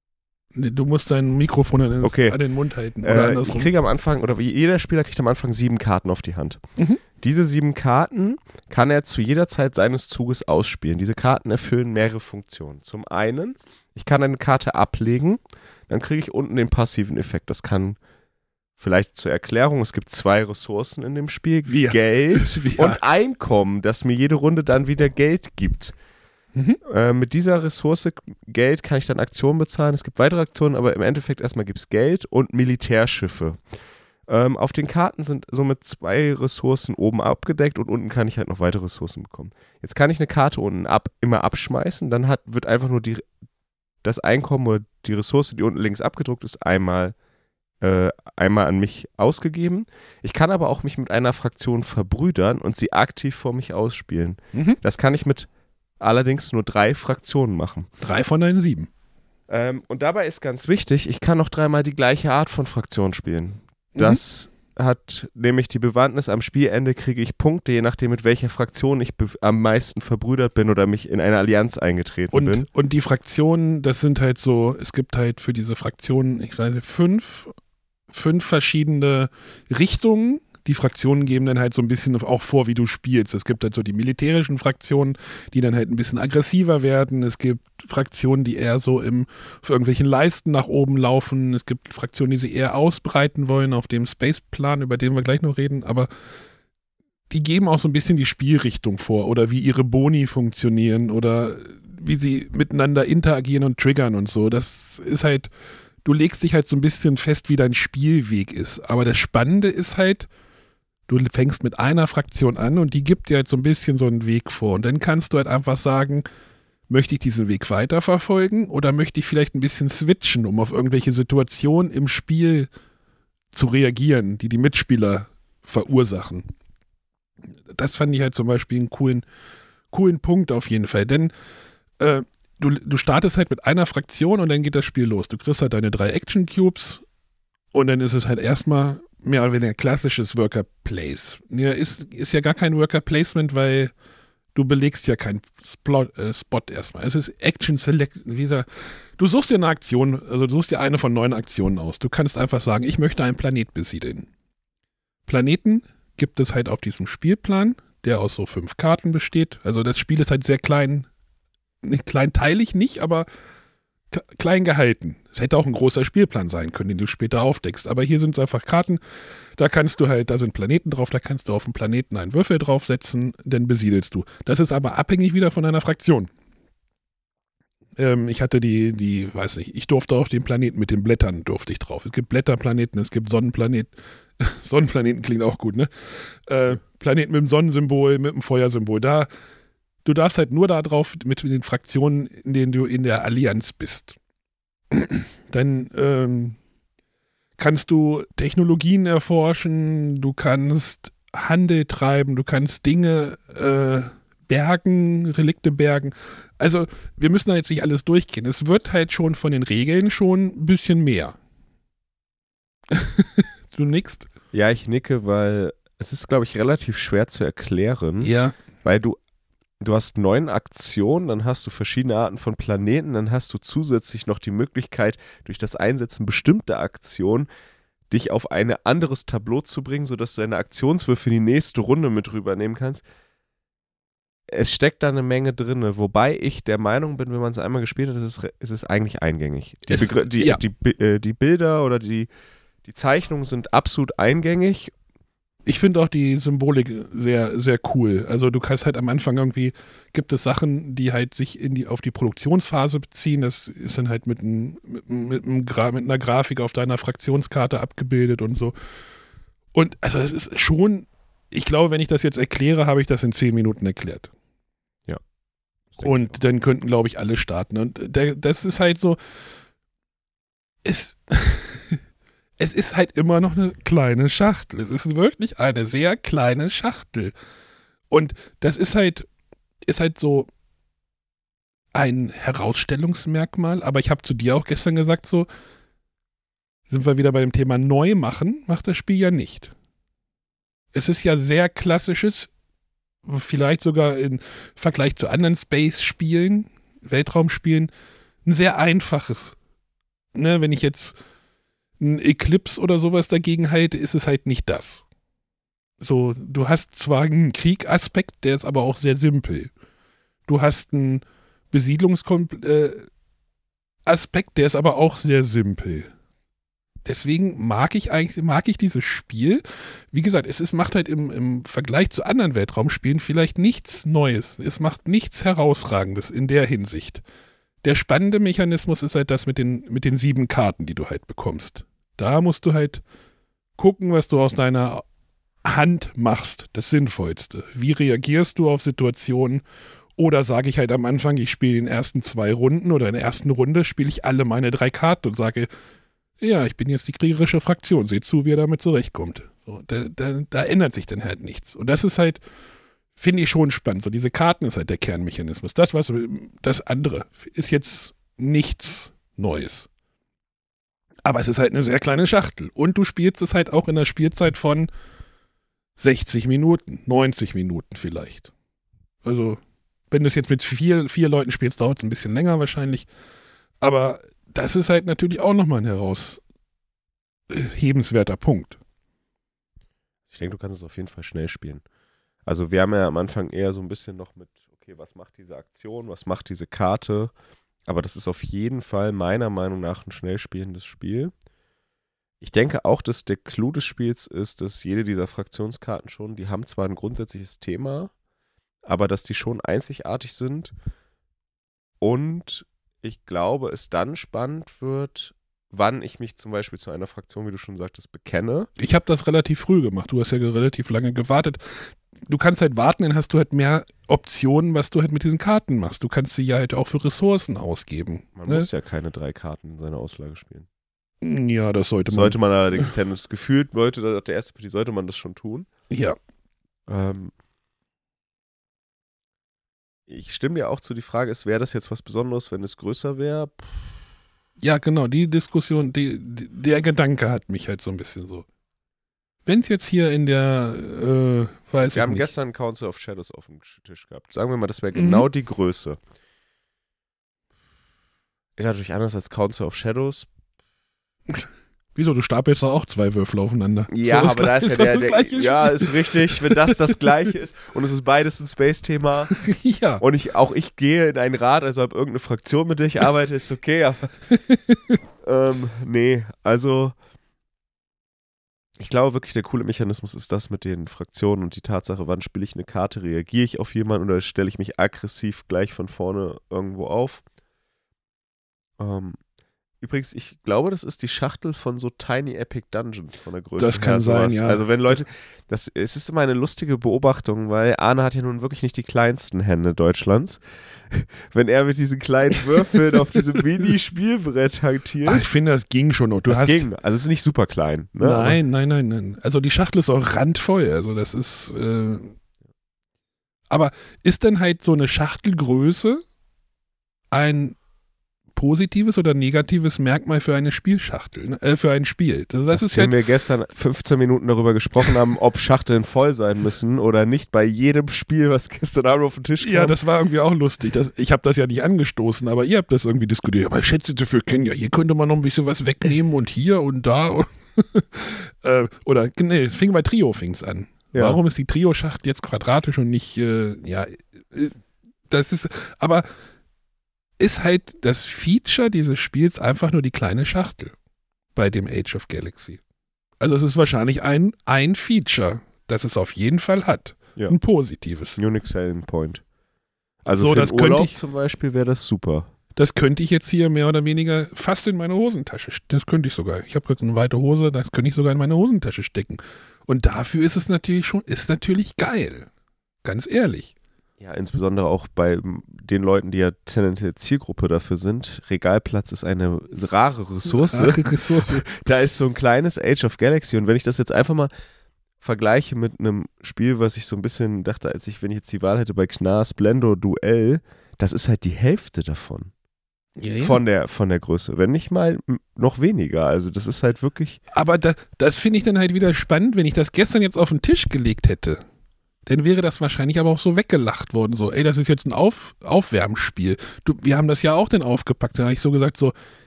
Du musst dein Mikrofon an den, okay. an den Mund halten. Oder äh, andersrum. Ich kriege am Anfang, oder jeder Spieler kriegt am Anfang sieben Karten auf die Hand. Mhm. Diese sieben Karten kann er zu jeder Zeit seines Zuges ausspielen. Diese Karten erfüllen mehrere Funktionen. Zum einen, ich kann eine Karte ablegen, dann kriege ich unten den passiven Effekt. Das kann vielleicht zur Erklärung, es gibt zwei Ressourcen in dem Spiel, Wir. Geld Wir. und Einkommen, das mir jede Runde dann wieder Geld gibt. Mhm. Äh, mit dieser Ressource Geld kann ich dann Aktionen bezahlen. Es gibt weitere Aktionen, aber im Endeffekt erstmal gibt es Geld und Militärschiffe. Ähm, auf den Karten sind somit zwei Ressourcen oben abgedeckt und unten kann ich halt noch weitere Ressourcen bekommen. Jetzt kann ich eine Karte unten ab, immer abschmeißen, dann hat, wird einfach nur die, das Einkommen oder die Ressource, die unten links abgedruckt ist, einmal, äh, einmal an mich ausgegeben. Ich kann aber auch mich mit einer Fraktion verbrüdern und sie aktiv vor mich ausspielen. Mhm. Das kann ich mit allerdings nur drei Fraktionen machen. Drei von deinen sieben. Ähm, und dabei ist ganz wichtig, ich kann noch dreimal die gleiche Art von Fraktion spielen. Das mhm. hat nämlich die Bewandtnis, am Spielende kriege ich Punkte, je nachdem mit welcher Fraktion ich be- am meisten verbrüdert bin oder mich in eine Allianz eingetreten und, bin. Und die Fraktionen, das sind halt so, es gibt halt für diese Fraktionen, ich weiß nicht, fünf, fünf verschiedene Richtungen. Die Fraktionen geben dann halt so ein bisschen auch vor, wie du spielst. Es gibt halt so die militärischen Fraktionen, die dann halt ein bisschen aggressiver werden. Es gibt Fraktionen, die eher so im, auf irgendwelchen Leisten nach oben laufen. Es gibt Fraktionen, die sie eher ausbreiten wollen auf dem Space-Plan, über den wir gleich noch reden. Aber die geben auch so ein bisschen die Spielrichtung vor oder wie ihre Boni funktionieren oder wie sie miteinander interagieren und triggern und so. Das ist halt, du legst dich halt so ein bisschen fest, wie dein Spielweg ist. Aber das Spannende ist halt, du fängst mit einer Fraktion an und die gibt dir halt so ein bisschen so einen Weg vor. Und dann kannst du halt einfach sagen, möchte ich diesen Weg weiterverfolgen oder möchte ich vielleicht ein bisschen switchen, um auf irgendwelche Situationen im Spiel zu reagieren, die die Mitspieler verursachen. Das fand ich halt zum Beispiel einen coolen, coolen Punkt auf jeden Fall. Denn äh, du, du startest halt mit einer Fraktion und dann geht das Spiel los. Du kriegst halt deine drei Action Cubes und dann ist es halt erstmal mehr oder weniger klassisches Worker Place. Ja, ist, ist ja gar kein Worker Placement, weil du belegst ja keinen Splo- äh, Spot erstmal. Es ist Action Select. Dieser, du suchst dir eine Aktion, also du suchst dir eine von neun Aktionen aus. Du kannst einfach sagen, ich möchte einen Planet besiedeln. Planeten gibt es halt auf diesem Spielplan, der aus so fünf Karten besteht. Also das Spiel ist halt sehr klein, nicht kleinteilig nicht, aber klein gehalten. Es hätte auch ein großer Spielplan sein können, den du später aufdeckst. Aber hier sind es einfach Karten, da kannst du halt, da sind Planeten drauf, da kannst du auf dem Planeten einen Würfel draufsetzen, dann besiedelst du. Das ist aber abhängig wieder von deiner Fraktion. Ähm, ich hatte die, die, weiß nicht, ich durfte auf den Planeten mit den Blättern, durfte ich drauf. Es gibt Blätterplaneten, es gibt Sonnenplaneten. Sonnenplaneten klingt auch gut, ne? Äh, Planeten mit dem Sonnensymbol, mit dem Feuersymbol. Da Du darfst halt nur da drauf mit den Fraktionen, in denen du in der Allianz bist. Dann ähm, kannst du Technologien erforschen, du kannst Handel treiben, du kannst Dinge äh, bergen, Relikte bergen. Also wir müssen da jetzt nicht alles durchgehen. Es wird halt schon von den Regeln schon ein bisschen mehr. Du nickst? Ja, ich nicke, weil es ist, glaube ich, relativ schwer zu erklären. Ja. Weil du Du hast neun Aktionen, dann hast du verschiedene Arten von Planeten, dann hast du zusätzlich noch die Möglichkeit, durch das Einsetzen bestimmter Aktionen dich auf ein anderes Tableau zu bringen, sodass du deine Aktionswürfe in die nächste Runde mit rübernehmen kannst. Es steckt da eine Menge drin, wobei ich der Meinung bin, wenn man es einmal gespielt hat, ist es, ist es eigentlich eingängig. Die, es, Begr- die, ja. die, die, die Bilder oder die, die Zeichnungen sind absolut eingängig. Ich finde auch die Symbolik sehr, sehr cool. Also du kannst halt am Anfang irgendwie, gibt es Sachen, die halt sich in die, auf die Produktionsphase beziehen. Das ist dann halt mit, ein, mit, mit, einem Gra- mit einer Grafik auf deiner Fraktionskarte abgebildet und so. Und also es ist schon, ich glaube, wenn ich das jetzt erkläre, habe ich das in zehn Minuten erklärt. Ja. Und dann könnten, glaube ich, alle starten. Und der, das ist halt so, es... Es ist halt immer noch eine kleine Schachtel. Es ist wirklich eine sehr kleine Schachtel. Und das ist halt, ist halt so ein Herausstellungsmerkmal. Aber ich habe zu dir auch gestern gesagt, so sind wir wieder bei dem Thema neu machen, macht das Spiel ja nicht. Es ist ja sehr klassisches, vielleicht sogar im Vergleich zu anderen Space-Spielen, Weltraumspielen, ein sehr einfaches ne, wenn ich jetzt ein Eclipse oder sowas dagegen halte, ist es halt nicht das. So, du hast zwar einen Kriegaspekt, der ist aber auch sehr simpel. Du hast einen Besiedlungsaspekt, äh, der ist aber auch sehr simpel. Deswegen mag ich eigentlich, mag ich dieses Spiel. Wie gesagt, es ist, macht halt im, im Vergleich zu anderen Weltraumspielen vielleicht nichts Neues. Es macht nichts Herausragendes in der Hinsicht. Der spannende Mechanismus ist halt das mit den, mit den sieben Karten, die du halt bekommst. Da musst du halt gucken, was du aus deiner Hand machst. Das Sinnvollste. Wie reagierst du auf Situationen? Oder sage ich halt am Anfang, ich spiele in den ersten zwei Runden oder in der ersten Runde spiele ich alle meine drei Karten und sage, ja, ich bin jetzt die kriegerische Fraktion, seht zu, wie er damit zurechtkommt. So, da, da, da ändert sich dann halt nichts. Und das ist halt, finde ich schon spannend. So, diese Karten ist halt der Kernmechanismus. Das, was das andere ist jetzt nichts Neues. Aber es ist halt eine sehr kleine Schachtel. Und du spielst es halt auch in der Spielzeit von sechzig Minuten, neunzig Minuten vielleicht. Also, wenn du es jetzt mit vier, vier Leuten spielst, dauert es ein bisschen länger wahrscheinlich. Aber das ist halt natürlich auch nochmal ein heraushebenswerter Punkt. Ich denke, du kannst es auf jeden Fall schnell spielen. Also wir haben ja am Anfang eher so ein bisschen noch mit, okay, was macht diese Aktion, was macht diese Karte? Aber das ist auf jeden Fall meiner Meinung nach ein schnell spielendes Spiel. Ich denke auch, dass der Clou des Spiels ist, dass jede dieser Fraktionskarten schon, die haben zwar ein grundsätzliches Thema, aber dass die schon einzigartig sind und ich glaube, es dann spannend wird, wann ich mich zum Beispiel zu einer Fraktion, wie du schon sagtest, bekenne. Ich habe das relativ früh gemacht. Du hast ja relativ lange gewartet. Du kannst halt warten, dann hast du halt mehr Optionen, was du halt mit diesen Karten machst. Du kannst sie ja halt auch für Ressourcen ausgeben. Man ne? muss ja keine drei Karten in seiner Auslage spielen. Ja, das sollte man. Sollte man allerdings Tennis gefühlt, Leute, der erste Partie sollte man das schon tun. Ja. Ähm, Ich stimme dir auch zu, die Frage ist, wäre das jetzt was Besonderes, wenn es größer wäre? Ja, genau, die Diskussion, die, die, der Gedanke hat mich halt so ein bisschen so. Wenn es jetzt hier in der, äh, weiß Wir ich haben nicht. gestern Council of Shadows auf dem Tisch gehabt. Sagen wir mal, das wäre Mhm. genau die Größe. Ist natürlich anders als Council of Shadows. Wieso, du stapelst doch auch zwei Würfel aufeinander. Ja, so, aber da ist ja doch der, das der gleiche ja, ist richtig, wenn das das Gleiche ist und es ist beides ein Space-Thema Spiel. Ja. und ich, auch ich gehe in einen Rat, also ob irgendeine Fraktion, mit der ich arbeite, ist okay, aber ähm, nee, also ich glaube wirklich, der coole Mechanismus ist das mit den Fraktionen und die Tatsache, wann spiele ich eine Karte, reagiere ich auf jemanden oder stelle ich mich aggressiv gleich von vorne irgendwo auf. Ähm, Übrigens, ich glaube, das ist die Schachtel von so Tiny Epic Dungeons von der Größe Das kann her, sein, sowas. ja. Also wenn Leute, das, es ist immer eine lustige Beobachtung, weil Arne hat ja nun wirklich nicht die kleinsten Hände Deutschlands. Wenn er mit diesen kleinen Würfeln auf diesem Mini-Spielbrett hantiert. Ach, ich finde, das ging schon noch. Du das hast, ging, also es ist nicht super klein. Ne? Nein, nein, nein, nein. Also die Schachtel ist auch randvoll. Also das ist, äh, aber ist denn halt so eine Schachtelgröße ein positives oder negatives Merkmal für eine Spielschachtel, ne? äh, für ein Spiel? Also das ist Wenn ja wir gestern fünfzehn Minuten darüber gesprochen haben, ob Schachteln voll sein müssen oder nicht bei jedem Spiel, was gestern Abend auf den Tisch kam. Ja, das war irgendwie auch lustig. Das, ich habe das ja nicht angestoßen, aber ihr habt das irgendwie diskutiert. Aber ich schätze, dafür kennen ja, hier könnte man noch ein bisschen was wegnehmen und hier und da. äh, oder, nee, es fing bei Trio fing's an. Ja. Warum ist die Trio-Schachtel jetzt quadratisch und nicht, äh, ja, äh, das ist, aber ist halt das Feature dieses Spiels einfach nur die kleine Schachtel bei dem Age of Galaxy. Also es ist wahrscheinlich ein, ein Feature, das es auf jeden Fall hat. Ja. Ein positives. Unique Selling Point. Also So, für das den könnte Urlaub ich- zum Beispiel wäre das super. Das könnte ich jetzt hier mehr oder weniger fast in meine Hosentasche stecken. Das könnte ich sogar. Ich habe jetzt eine weite Hose, das könnte ich sogar in meine Hosentasche stecken. Und dafür ist es natürlich schon, ist natürlich geil. Ganz ehrlich. Ja, insbesondere auch bei den Leuten, die ja tendenziell Zielgruppe dafür sind. Regalplatz ist eine rare Ressource. Rare Ressource. Da ist so ein kleines Age of Galaxy und wenn ich das jetzt einfach mal vergleiche mit einem Spiel, was ich so ein bisschen dachte, als ich, wenn ich jetzt die Wahl hätte bei Knar Splendor Duell, das ist halt die Hälfte davon. Ja, ja. Von der, von der Größe. Wenn nicht mal m- noch weniger. Also das ist halt wirklich. Aber da, das finde ich dann halt wieder spannend, wenn ich das gestern jetzt auf den Tisch gelegt hätte. Dann wäre das wahrscheinlich aber auch so weggelacht worden. So, ey, das ist jetzt ein auf, Aufwärmspiel. Du, wir haben das ja auch dann aufgepackt. Da habe ich so gesagt, so,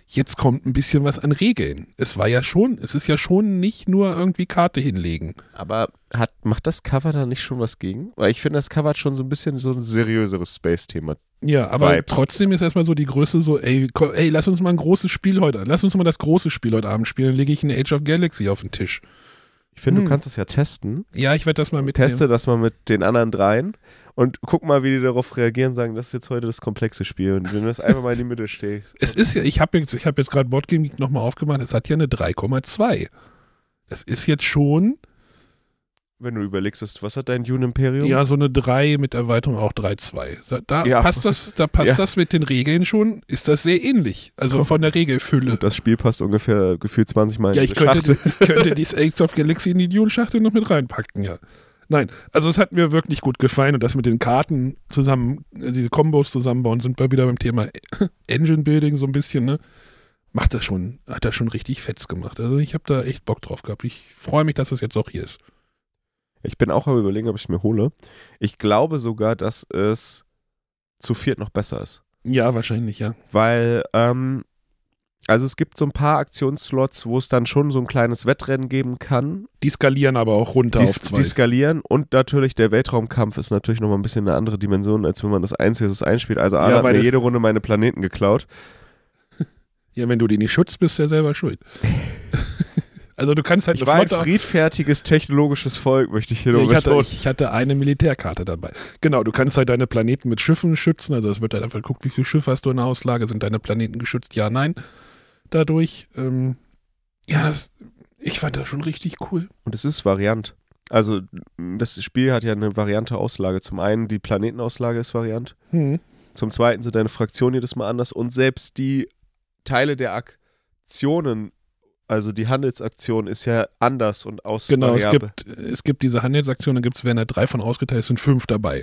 jetzt kommt ein bisschen was an Regeln. Es war ja schon, es ist ja schon nicht nur irgendwie Karte hinlegen. Aber hat, macht das Cover da nicht schon was gegen? Weil ich finde, das Cover hat schon so ein bisschen so ein seriöseres Space-Thema. Ja, aber Vibes. Trotzdem ist erstmal so die Größe so, ey, komm, ey, lass uns mal ein großes Spiel heute, lass uns mal das große Spiel heute Abend spielen, dann lege ich eine Age of Galaxy auf den Tisch. Ich finde, Hm. du kannst das ja testen. Ja, ich werde das mal mitnehmen. Teste das mal mit den anderen dreien und guck mal, wie die darauf reagieren und sagen, das ist jetzt heute das komplexe Spiel. Und wenn du das einfach mal in die Mitte stehst. Es ist ja, ich habe jetzt, ich hab jetzt gerade Boardgame Geek nochmal aufgemacht, es hat ja eine drei Komma zwei. Das ist jetzt schon, Wenn du überlegst, was hat dein Dune Imperium? ja, so eine drei mit Erweiterung auch drei Komma zwei. Da, da Ja. passt das, da passt Ja. das mit den Regeln schon, ist das sehr ähnlich. Also von der Regelfülle. Und das Spiel passt ungefähr gefühlt zwanzig Mal in Ja, ich diese könnte, Schachtel. ich könnte die Age of Galaxy in die Dune-Schachtel noch mit reinpacken, ja. Nein, also es hat mir wirklich gut gefallen und das mit den Karten zusammen, äh, diese Kombos zusammenbauen, sind wir wieder beim Thema Engine Building so ein bisschen, ne? Macht das schon, hat das schon richtig fetz gemacht. Also ich habe da echt Bock drauf gehabt. Ich freue mich, dass es jetzt auch hier ist. Ich bin auch am Überlegen, ob ich es mir hole. Ich glaube sogar, dass es zu viert noch besser ist. Ja, wahrscheinlich, ja. Weil, ähm, also es gibt so ein paar Aktionsslots, wo es dann schon so ein kleines Wettrennen geben kann. Die skalieren aber auch runter Die, auf zwei. die skalieren und natürlich der Weltraumkampf ist natürlich nochmal ein bisschen eine andere Dimension, als wenn man das eins versus eins spielt. Also Arne Ja, hat weil mir das- jede Runde meine Planeten geklaut. Ja, wenn du die nicht schützt, bist du ja selber schuld. Also du kannst halt Ich eine war ein Flotte... friedfertiges technologisches Volk, möchte ich hier Ja, nur ich, hatte, betonen. ich hatte eine Militärkarte dabei. Genau, du kannst halt deine Planeten mit Schiffen schützen. Also es wird halt einfach geguckt, wie viele Schiffe hast du in der Auslage. Sind deine Planeten geschützt? Ja, nein. Dadurch, ähm, ja, das, ich fand das schon richtig cool. Und es ist Variant. Also das Spiel hat ja eine variante Auslage. Zum einen die Planetenauslage ist Variant. Hm. Zum zweiten sind deine Fraktionen jedes Mal anders. Und selbst die Teile der Aktionen, also die Handelsaktion ist ja anders und aus Genau, es variabel. gibt, es gibt diese Handelsaktionen, da gibt es, wenn da drei von ausgeteilt sind, fünf dabei.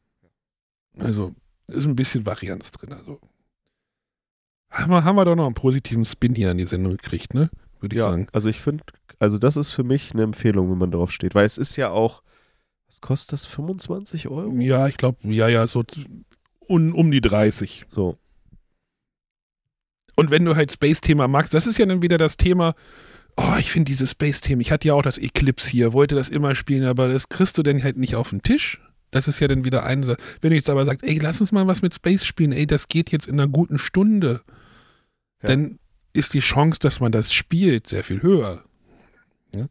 Also ist ein bisschen Varianz drin. Also haben wir, haben wir doch noch einen positiven Spin hier an die Sendung gekriegt, ne? Würde ich Ja, sagen. also ich finde, also das ist für mich eine Empfehlung, wenn man darauf steht. Weil es ist ja auch, was kostet das, fünfundzwanzig Euro? Ja, ich glaube, ja, ja, so um, um die dreißig. So. Und wenn du halt Space-Thema magst, das ist ja dann wieder das Thema, oh, ich finde dieses Space-Thema, ich hatte ja auch das Eclipse hier, wollte das immer spielen, aber das kriegst du dann halt nicht auf den Tisch. Das ist ja dann wieder eine Sache. Wenn du jetzt aber sagst, ey, lass uns mal was mit Space spielen, ey, das geht jetzt in einer guten Stunde, Ja. dann ist die Chance, dass man das spielt, sehr viel höher. Ja,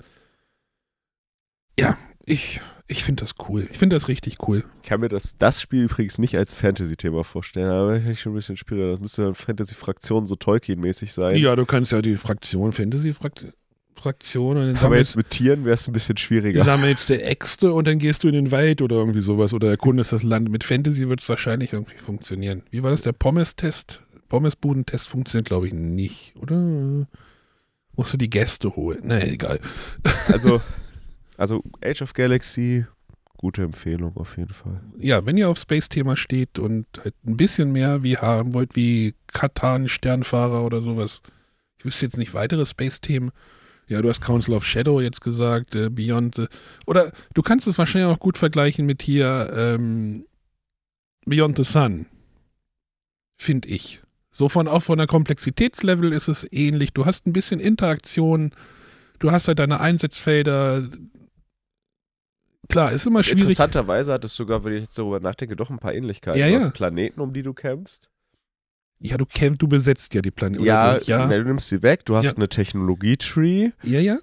ja ich, ich finde das cool. Ich finde das richtig cool. Ich kann mir das, das Spiel übrigens nicht als Fantasy-Thema vorstellen, aber ich schon ein bisschen schwieriger. Das müsste ja eine Fantasy-Fraktion so Tolkien-mäßig sein. Ja, du kannst ja die Fraktion, Fantasy-Fraktion, Fraktion, und dann aber sammelst, jetzt mit Tieren wäre es ein bisschen du schwieriger. sammelst der Äxte und dann gehst du in den Wald oder irgendwie sowas oder erkundest das Land. Mit Fantasy wird es wahrscheinlich irgendwie funktionieren. Wie war das? Der Pommes-Test? Pommesbuden-Test funktioniert, glaube ich, nicht, oder? Musst du die Gäste holen? Na, egal. Also, also Age of Galaxy, gute Empfehlung auf jeden Fall. Ja, wenn ihr auf Space-Thema steht und halt ein bisschen mehr wie haben wollt, wie Katan, Sternfahrer oder sowas. Ich wüsste jetzt nicht weitere Space-Themen. Ja, du hast Council of Shadow jetzt gesagt, äh, Beyond the, oder du kannst es wahrscheinlich auch gut vergleichen mit hier ähm, Beyond the Sun. Finde ich. So von, auch von der Komplexitätslevel ist es ähnlich. Du hast ein bisschen Interaktion, du hast halt deine Einsatzfelder. Klar, ist immer schwierig. Interessanterweise hat es sogar, wenn ich jetzt darüber nachdenke, doch ein paar Ähnlichkeiten. Ja, du ja. hast Planeten, um die du kämpfst. Ja, du kämpfst, du besetzt ja die Planeten. Ja, oder du, ja, ne, du nimmst sie weg, du hast Ja. eine Technologie-Tree. ja, ja.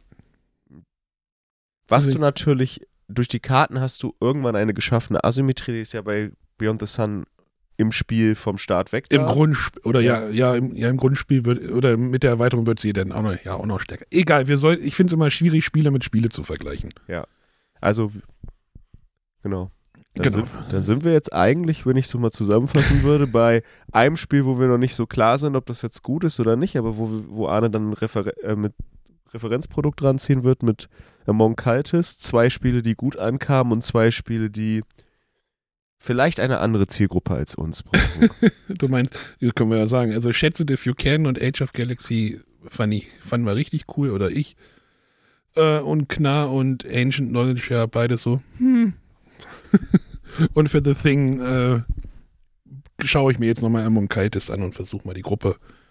Was Also- du natürlich, durch die Karten hast du irgendwann eine geschaffene Asymmetrie, die ist ja bei Beyond the Sun im Spiel vom Start weg da. Im Grundspiel, oder ja, Ja. ja, im, ja, im Grundspiel wird, oder mit der Erweiterung wird sie dann auch noch, ja, auch noch stärker. Egal, wir soll, ich finde es immer schwierig, Spiele mit Spiele zu vergleichen. Also, genau. Dann, Genau. Sind, dann sind wir jetzt eigentlich, wenn ich so mal zusammenfassen würde, bei einem Spiel, wo wir noch nicht so klar sind, ob das jetzt gut ist oder nicht, aber wo, wo Arne dann ein Refer äh, mit Referenzprodukt ranziehen wird mit Among Cultists. Zwei Spiele, die gut ankamen und zwei Spiele, die vielleicht eine andere Zielgruppe als uns brauchen. Du meinst, das können wir ja sagen, also Schätze If You Can und Age of Galaxy fand ich, fanden wir richtig cool, oder ich. Äh, und Knarr und Ancient Knowledge, ja, beide so, hm. Und für The Thing äh, schaue ich mir jetzt nochmal Among Cultists an und versuche mal die Gruppe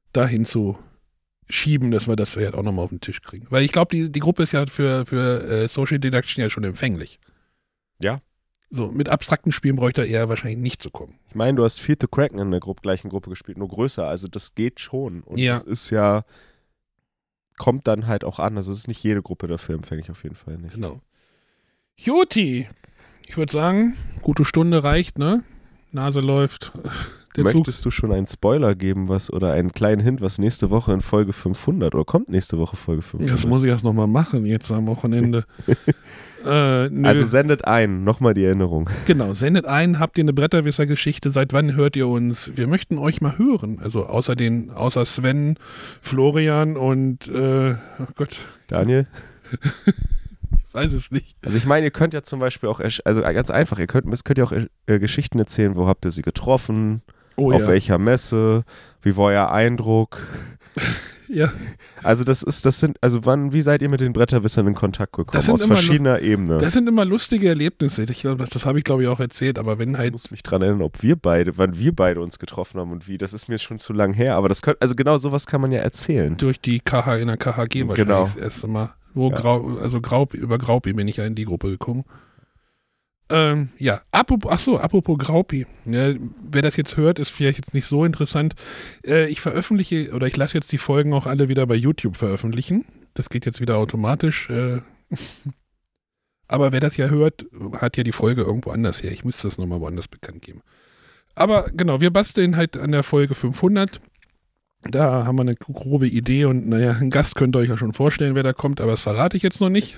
dahin zu schieben, dass wir das halt auch nochmal auf den Tisch kriegen. Weil ich glaube, die, die Gruppe ist ja für, für äh, Social Deduction ja schon empfänglich. Ja. So, mit abstrakten Spielen bräuchte er eher wahrscheinlich nicht zu kommen. Ich meine, du hast Feed the Kraken in der Gruppe, gleichen Gruppe gespielt, nur größer. Also das geht schon. Und Ja. das ist ja, kommt dann halt auch an. Also es ist nicht jede Gruppe dafür empfänglich, auf jeden Fall nicht. Genau. Juti, ich würde sagen, gute Stunde reicht, ne? Nase läuft. Der Möchtest Zug. du schon einen Spoiler geben, was oder einen kleinen Hint, was nächste Woche in Folge fünfhundert oder kommt nächste Woche Folge fünfhundert? Das muss ich erst nochmal machen, jetzt am Wochenende. äh, nö. Also sendet ein, nochmal die Erinnerung. Genau, sendet ein, habt ihr eine Bretterwisser-Geschichte, seit wann hört ihr uns? Wir möchten euch mal hören. Also außer den, außer Sven, Florian und äh, oh Gott. Daniel? Ich weiß es nicht. Also ich meine, ihr könnt ja zum Beispiel auch, also ganz einfach, ihr könnt, könnt ja auch äh, Geschichten erzählen, wo habt ihr sie getroffen? Oh, auf ja. welcher Messe? Wie war euer Eindruck? Ja. Also das ist, das sind, also wann, wie seid ihr mit den Bretterwissern in Kontakt gekommen? Das sind Aus immer verschiedener Ebene. Das sind immer lustige Erlebnisse. Ich glaube, das, das habe ich glaube ich auch erzählt, aber wenn Ich halt. muss mich dran erinnern, ob wir beide, wann wir beide uns getroffen haben und wie. Das ist mir schon zu lang her, aber das könnte, also genau sowas kann man ja erzählen. Durch die K H in der K H G wahrscheinlich Genau. das erste Mal. Wo Ja. Grau, also Graup, über Graupi bin ich ja in die Gruppe gekommen. Ähm, ja, apropos, ach so, apropos Graupi. Ja, wer das jetzt hört, ist vielleicht jetzt nicht so interessant. Äh, ich veröffentliche, oder ich lasse jetzt die Folgen auch alle wieder bei YouTube veröffentlichen. Das geht jetzt wieder automatisch. Äh, aber wer das ja hört, hat ja die Folge irgendwo anders her. Ich müsste das nochmal woanders bekannt geben. Aber genau, wir basteln halt an der Folge fünfhundert. Da haben wir eine grobe Idee und naja, ein Gast könnt ihr euch ja schon vorstellen, wer da kommt, aber das verrate ich jetzt noch nicht.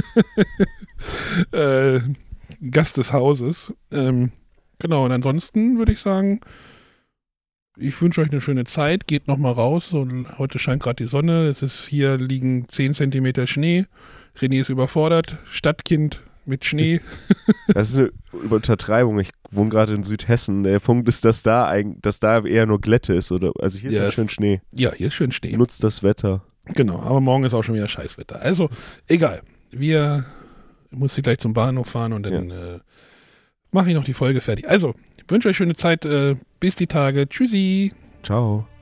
äh, Gast des Hauses. Ähm, genau, und ansonsten würde ich sagen, ich wünsche euch eine schöne Zeit, geht nochmal raus. So, heute scheint gerade die Sonne, es ist hier liegen zehn Zentimeter Schnee. René ist überfordert, Stadtkind mit Schnee. Das ist eine Untertreibung. Ich wohne gerade in Südhessen. Der Punkt ist, dass da, eigentlich, dass da eher nur Glätte ist. Oder, also hier ist Ja. halt schön Schnee. Ja, hier ist schön Schnee. Nutzt das Wetter. Genau, aber morgen ist auch schon wieder Scheißwetter. Also, egal. Wir muss ich gleich zum Bahnhof fahren und dann ja. äh, mache ich noch die Folge fertig. Also, ich wünsche euch schöne Zeit. Äh, bis die Tage. Tschüssi. Ciao.